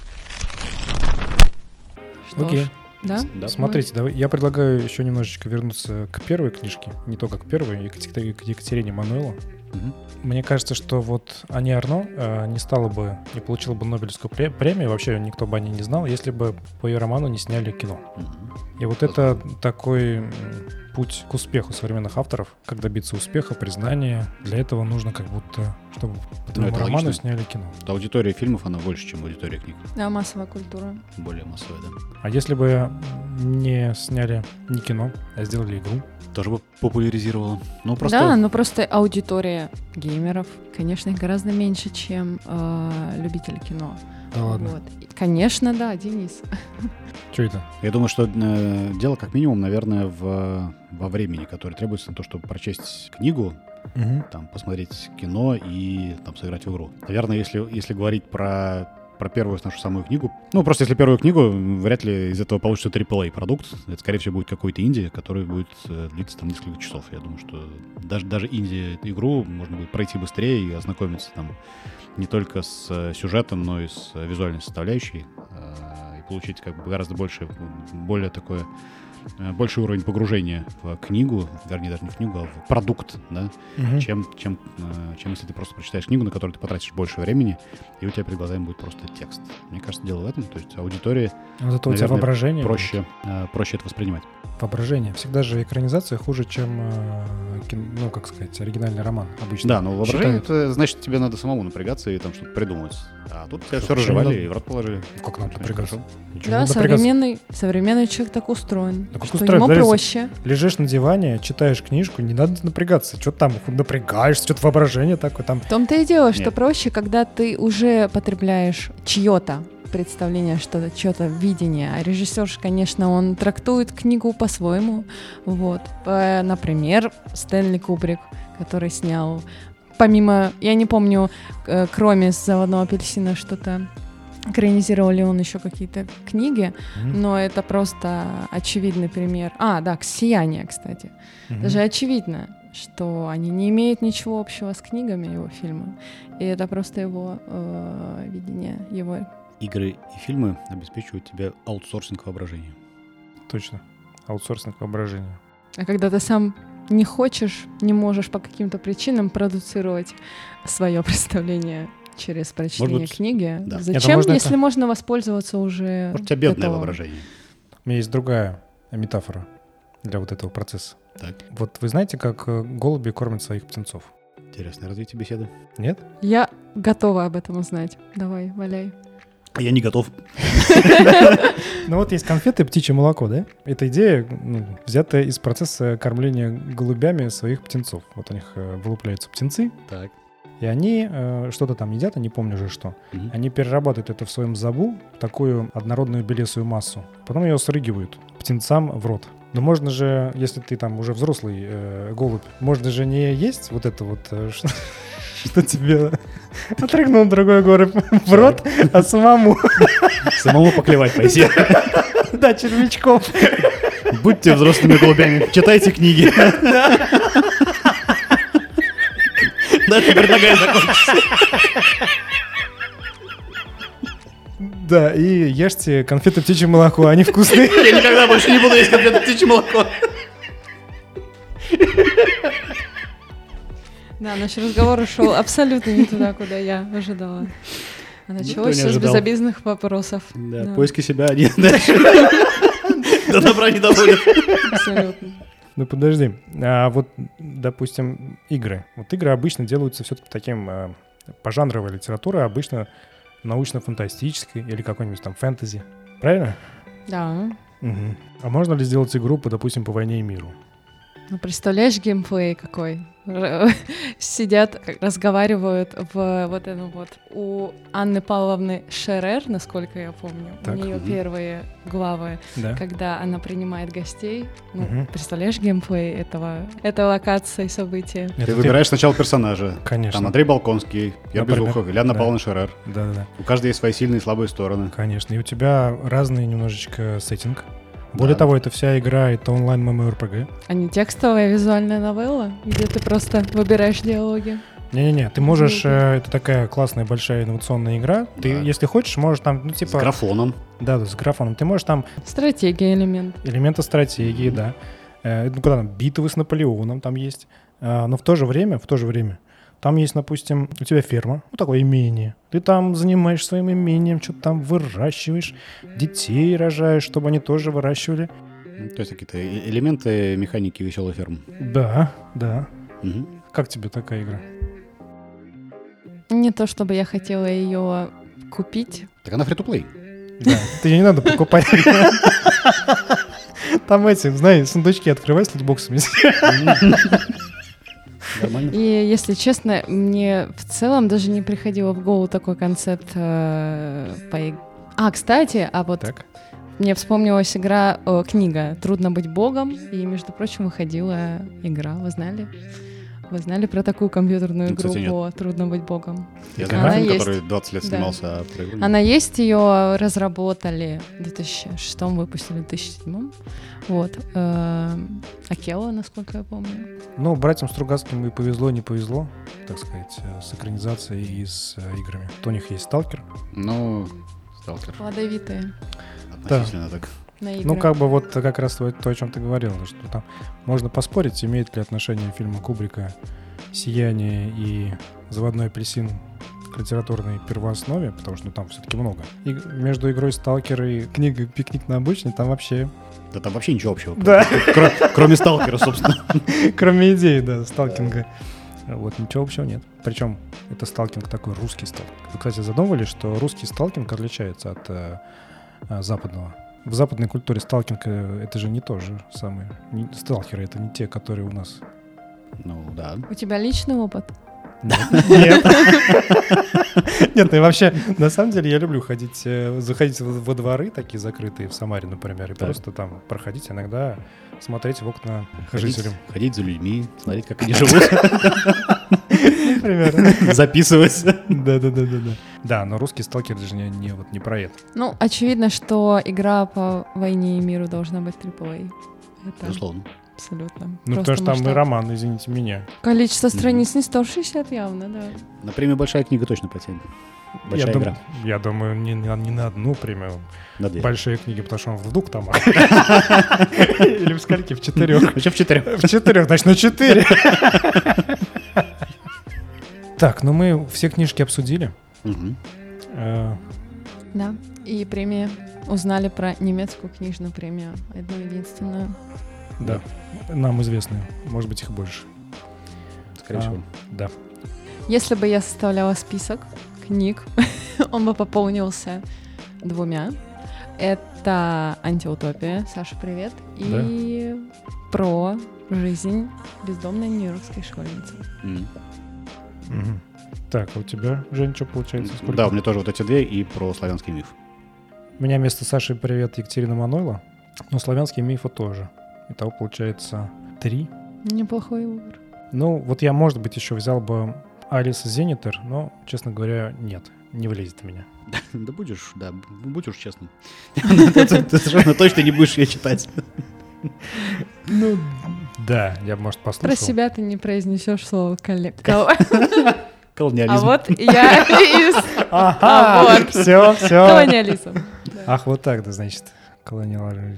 Что Окей. ж, да? Да. Смотрите, давай, я предлагаю еще немножечко вернуться к первой книжке, не только к первой, и к Екатери- к Екатерине Мануйло. Мгм. Мне кажется, что вот Ани Арно э, не стала бы, не получила бы Нобелевскую пре- премию, вообще никто бы о ней не знал, если бы по ее роману не сняли кино. Мгм. И вот это такой м, путь к успеху современных авторов, как добиться успеха, признания. Для этого нужно как будто, чтобы по твоему это роману логично. сняли кино. Аудитория фильмов, она больше, чем аудитория книг. Да, массовая культура. Более массовая, да. А если бы не сняли не кино, а сделали игру? Тоже бы популяризировала. Ну, просто... Да, но просто аудитория геймеров, конечно, их гораздо меньше, чем э, любители кино. Да ладно. Вот. И, конечно, да, Денис. Что это? Я думаю, что э, дело как минимум, наверное, в, во времени, которое требуется на то, чтобы прочесть книгу, там, посмотреть кино и там, сыграть в игру. Наверное, если, если говорить про, про первую нашу самую книгу, ну, просто если первую книгу, вряд ли из этого получится трипл эй продукт. Это, скорее всего, будет какой-то инди, который будет э, длиться там несколько часов. Я думаю, что даже, даже инди-игру можно будет пройти быстрее и ознакомиться там не только с э, сюжетом, но и с э, визуальной составляющей, э, и получить как бы гораздо больше, более такое э, больший уровень погружения в книгу, вернее, даже не в книгу, а в продукт, да, Мгм. чем, чем, э, чем если ты просто прочитаешь книгу, на которую ты потратишь больше времени, и у тебя перед глазами будет просто текст. Мне кажется, дело в этом. То есть аудитории Вот это у тебя наверное, воображение. проще, э, проще это воспринимать. Воображение. Всегда же экранизация хуже, чем, э, кин- ну, как сказать, оригинальный роман обычно. Да, но воображение, Считают. это значит, тебе надо самому напрягаться и там что-то придумать. А тут тебя Что, все почему разжевали надо? и в рот положили. Как надо Очень напрягаться? хорошо. Ничего Да, не надо напрягаться. современный, современный человек так устроен, Да как что устроен? ему Подожди, проще. Лежишь на диване, читаешь книжку, не надо напрягаться. Что там, напрягаешься, что-то воображение такое там. В том-то и дело, что Нет. проще, когда ты уже потребляешь чье-то представление, что-то, чье-то видение. А режиссер, конечно, он трактует книгу по-своему. Вот. По- Например, Стэнли Кубрик, который снял помимо, я не помню, э, кроме «Заводного апельсина» что-то экранизировал ли он еще какие-то книги, mm-hmm. но это просто очевидный пример. А, да, «Сияние», кстати. Mm-hmm. Даже очевидно, что они не имеют ничего общего с книгами, его фильмы. И это просто его э, видение, его... Игры и фильмы обеспечивают тебе аутсорсинг воображения. Точно. Аутсорсинг воображения. А когда ты сам не хочешь, не можешь по каким-то причинам продуцировать свое представление через прочтение быть, книги, да. Зачем, можно если это... можно воспользоваться уже... Может, у тебя бедное готовым. Воображение. У меня есть другая метафора для вот этого процесса. Так. Вот вы знаете, как голуби кормят своих птенцов? Интересное развитие беседы. Нет? Я готова об этом узнать. Давай, валяй. Я не готов. Ну вот есть конфеты «Птичье молоко», да? Эта идея ну, взята из процесса кормления голубями своих птенцов. Вот у них э, вылупляются птенцы, так. и они э, что-то там едят, я не помню уже что. Угу. Они перерабатывают это в своем зобу в такую однородную белесую массу. Потом ее срыгивают птенцам в рот. Но можно же, если ты там уже взрослый э, голубь, можно же не есть вот это вот... Э, что тебе отрыгнул другой горы в рот, а самому... Самому поклевать пойти. Да, червячков. Будьте взрослыми голубями, читайте книги. Дальше предлагаю закончить. Да, и ешьте конфеты «Птичье молоко», они вкусные. Я никогда больше не буду есть конфеты «Птичье молоко». Да, наш разговор ушел абсолютно не туда, куда я ожидала. А началось все с безобидных вопросов. Да, да. Поиски себя один дальше. До добра не доводят. Абсолютно. Ну подожди, а вот, допустим, игры. Вот игры обычно делаются все-таки таким, по жанровой литературе, обычно научно-фантастической или какой-нибудь там фэнтези. Правильно? Да. Угу. А можно ли сделать игру, по, допустим, по «Войне и миру»? Ну, представляешь, геймплей какой? Сидят, разговаривают в вот этом вот у Анны Павловны Шерер, насколько я помню, так. У нее угу. первые главы, да. Когда она принимает гостей. Ну, угу. Представляешь геймплей этого, этой локации события? Ты Это выбираешь ты... сначала персонажа. Конечно. Там Андрей Балконский, Пьер Безухов, или Анна да. Павловна Шерер. Да, да, да. У каждой есть свои сильные и слабые стороны. Конечно. И у тебя разный немножечко сеттинг. Более да. того, это вся игра, это онлайн-ММО-РПГ. А не текстовая визуальная новелла, где ты просто выбираешь диалоги? Не-не-не, ты можешь, э, это такая классная большая инновационная игра. Ты, да. если хочешь, можешь там, ну типа... С графоном. Да, да, с графоном. Ты можешь там... Стратегия элемент. Элементы стратегии, mm-hmm. да. Э, ну куда там, битвы с Наполеоном там есть. Э, но в то же время, в то же время, там есть, допустим, у тебя ферма, ну такое имение. Ты там занимаешься своим имением, что-то там выращиваешь, детей рожаешь, чтобы они тоже выращивали. То есть какие-то элементы механики веселой фермы. Да, да. Угу. Как тебе такая игра? Не то, чтобы я хотела ее купить. Так она фри-то-плей. Да, ты ее не надо покупать. Там эти, знаешь, сундучки открывай с лутбоксами. Нормально. И, если честно, мне в целом даже не приходило в голову такой концепт э, по... А, кстати, а вот так. Мне вспомнилась игра, э, книга «Трудно быть богом», и, между прочим, выходила игра, вы знали? Вы знали про такую компьютерную игру, кстати, по «Трудно быть богом»? Я знаю фильм, есть. Который двадцать лет снимался. Да. Про игру. Она есть, ее разработали в две тысячи шестом, выпустили в две тысячи седьмом. Вот. Акела, насколько я помню. Ну, братьям Стругацким и повезло, не повезло, так сказать, с экранизацией и с играми. То у них есть «Сталкер». Ну, «Сталкер». Плодовитые. Относительно да. так. Ну, как бы вот как раз то, о чем ты говорил, что там можно поспорить, имеет ли отношение фильма Кубрика «Сияние» и «Заводной апельсин» к литературной первооснове, потому что ну, там все-таки много. И между игрой «Сталкер» и книгой «Пикник на обочине» там вообще... Да там вообще ничего общего. Да. Кроме «Сталкера», собственно. Кроме идеи, да, сталкинга. Вот, ничего общего нет. Причем это сталкинг такой, русский сталкинг. Вы, кстати, задумывались, что русский сталкинг отличается от э, западного? В западной культуре сталкинг — это же не то же самое. Не, сталкеры — это не те, которые у нас. Ну, да. У тебя личный опыт? Нет. Нет, ну и вообще, на самом деле, я люблю ходить, э, заходить во во дворы такие закрытые в Самаре, например, и Так. просто там проходить, иногда смотреть в окна Ходить, жителям. ходить за людьми, смотреть, как они живут, Например. записывать. Да-да-да-да. Да, но русский сталкер даже не, не, вот, не про это. Ну, очевидно, что игра по войне и миру должна быть трипл эй. Это Безусловно. абсолютно. Ну, Просто потому что там и масштаб. роман, извините меня. Количество страниц не сто шестьдесят явно, да. На премию «Большая книга» точно потянет. Большая я, дум- игра. я думаю, не, на- не на одну премию. На две. Большие книги, потому что он в двух томах. Или в скольки? В четырех. Вообще в четырех. В четырех, значит, на четыре. Так, ну мы все книжки обсудили. Мгм. Э, Да. И премия. Узнали про немецкую книжную премию. Одну единственную. Да, нам известны. Может быть, их больше. Скорее А, всего. Да. Если бы я составляла список книг, он бы пополнился двумя. Это «Антиутопия», Саша, привет, и про жизнь бездомной нью-йоркской школьницы. Мгм. Мгм. Так, а у тебя, Жень, что получается? Сколько? Да, у меня тоже вот эти две и про славянский миф. У меня вместо Саши привет Екатерина Манойла, но славянские мифы тоже. Итого получается три. Неплохой выбор. Ну, вот я, может быть, еще взял бы Алиса Зенитер, но, честно говоря, нет, не влезет в меня. Да будешь, да, б- будь уж честным. Ты совершенно точно не будешь ее читать. Ну, да, я, может, послушал. Про себя ты не произнесешь слово коллег. А Колониализм. вот я из Ага, А, вот. все, все. колониализма. Ах, вот так, да, значит, колониализм.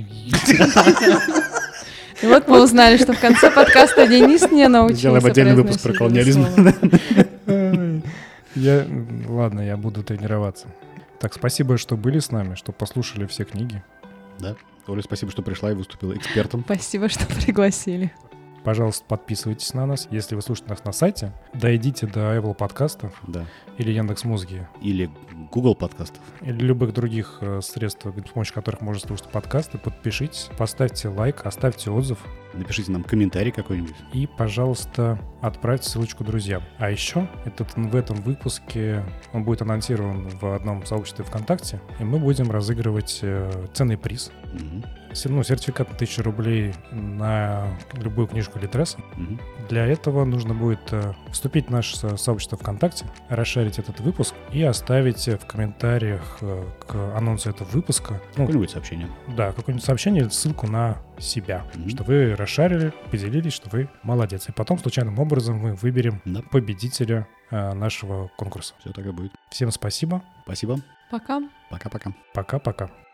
И вот мы узнали, что в конце подкаста Денис не научился Сделаем отдельный выпуск про произносить это колониализм. слово. Я, ладно, я буду тренироваться. Так, спасибо, что были с нами, что послушали все книги. Да. Оля, спасибо, что пришла и выступила экспертом. Спасибо, что пригласили. Пожалуйста, подписывайтесь на нас. Если вы слушаете нас на сайте, дойдите до Apple подкастов Да. или Яндекс.Музыки, Или Google подкастов. или любых других э, средств, с помощью которых можно слушать подкасты. Подпишитесь, поставьте лайк, оставьте отзыв Напишите нам комментарий какой-нибудь. и, пожалуйста, отправьте ссылочку друзьям. А еще этот, в этом выпуске он будет анонсирован в одном сообществе ВКонтакте, и мы будем разыгрывать э, ценный приз. Мгм. Се- Ну, сертификат на тысячу рублей на любую книжку Литреса. Мгм. Для этого нужно будет э, вступить в наше со- сообщество ВКонтакте, расширить этот выпуск и оставить э, в комментариях э, к анонсу этого выпуска, ну, Какое-нибудь сообщение. да, какое-нибудь сообщение или ссылку на себя, Мгм. что вы расшарили, поделились, что вы молодец. И потом случайным образом мы выберем Да. победителя э, нашего конкурса. Все так и будет. Всем спасибо. Спасибо. Пока. Пока-пока. Пока-пока.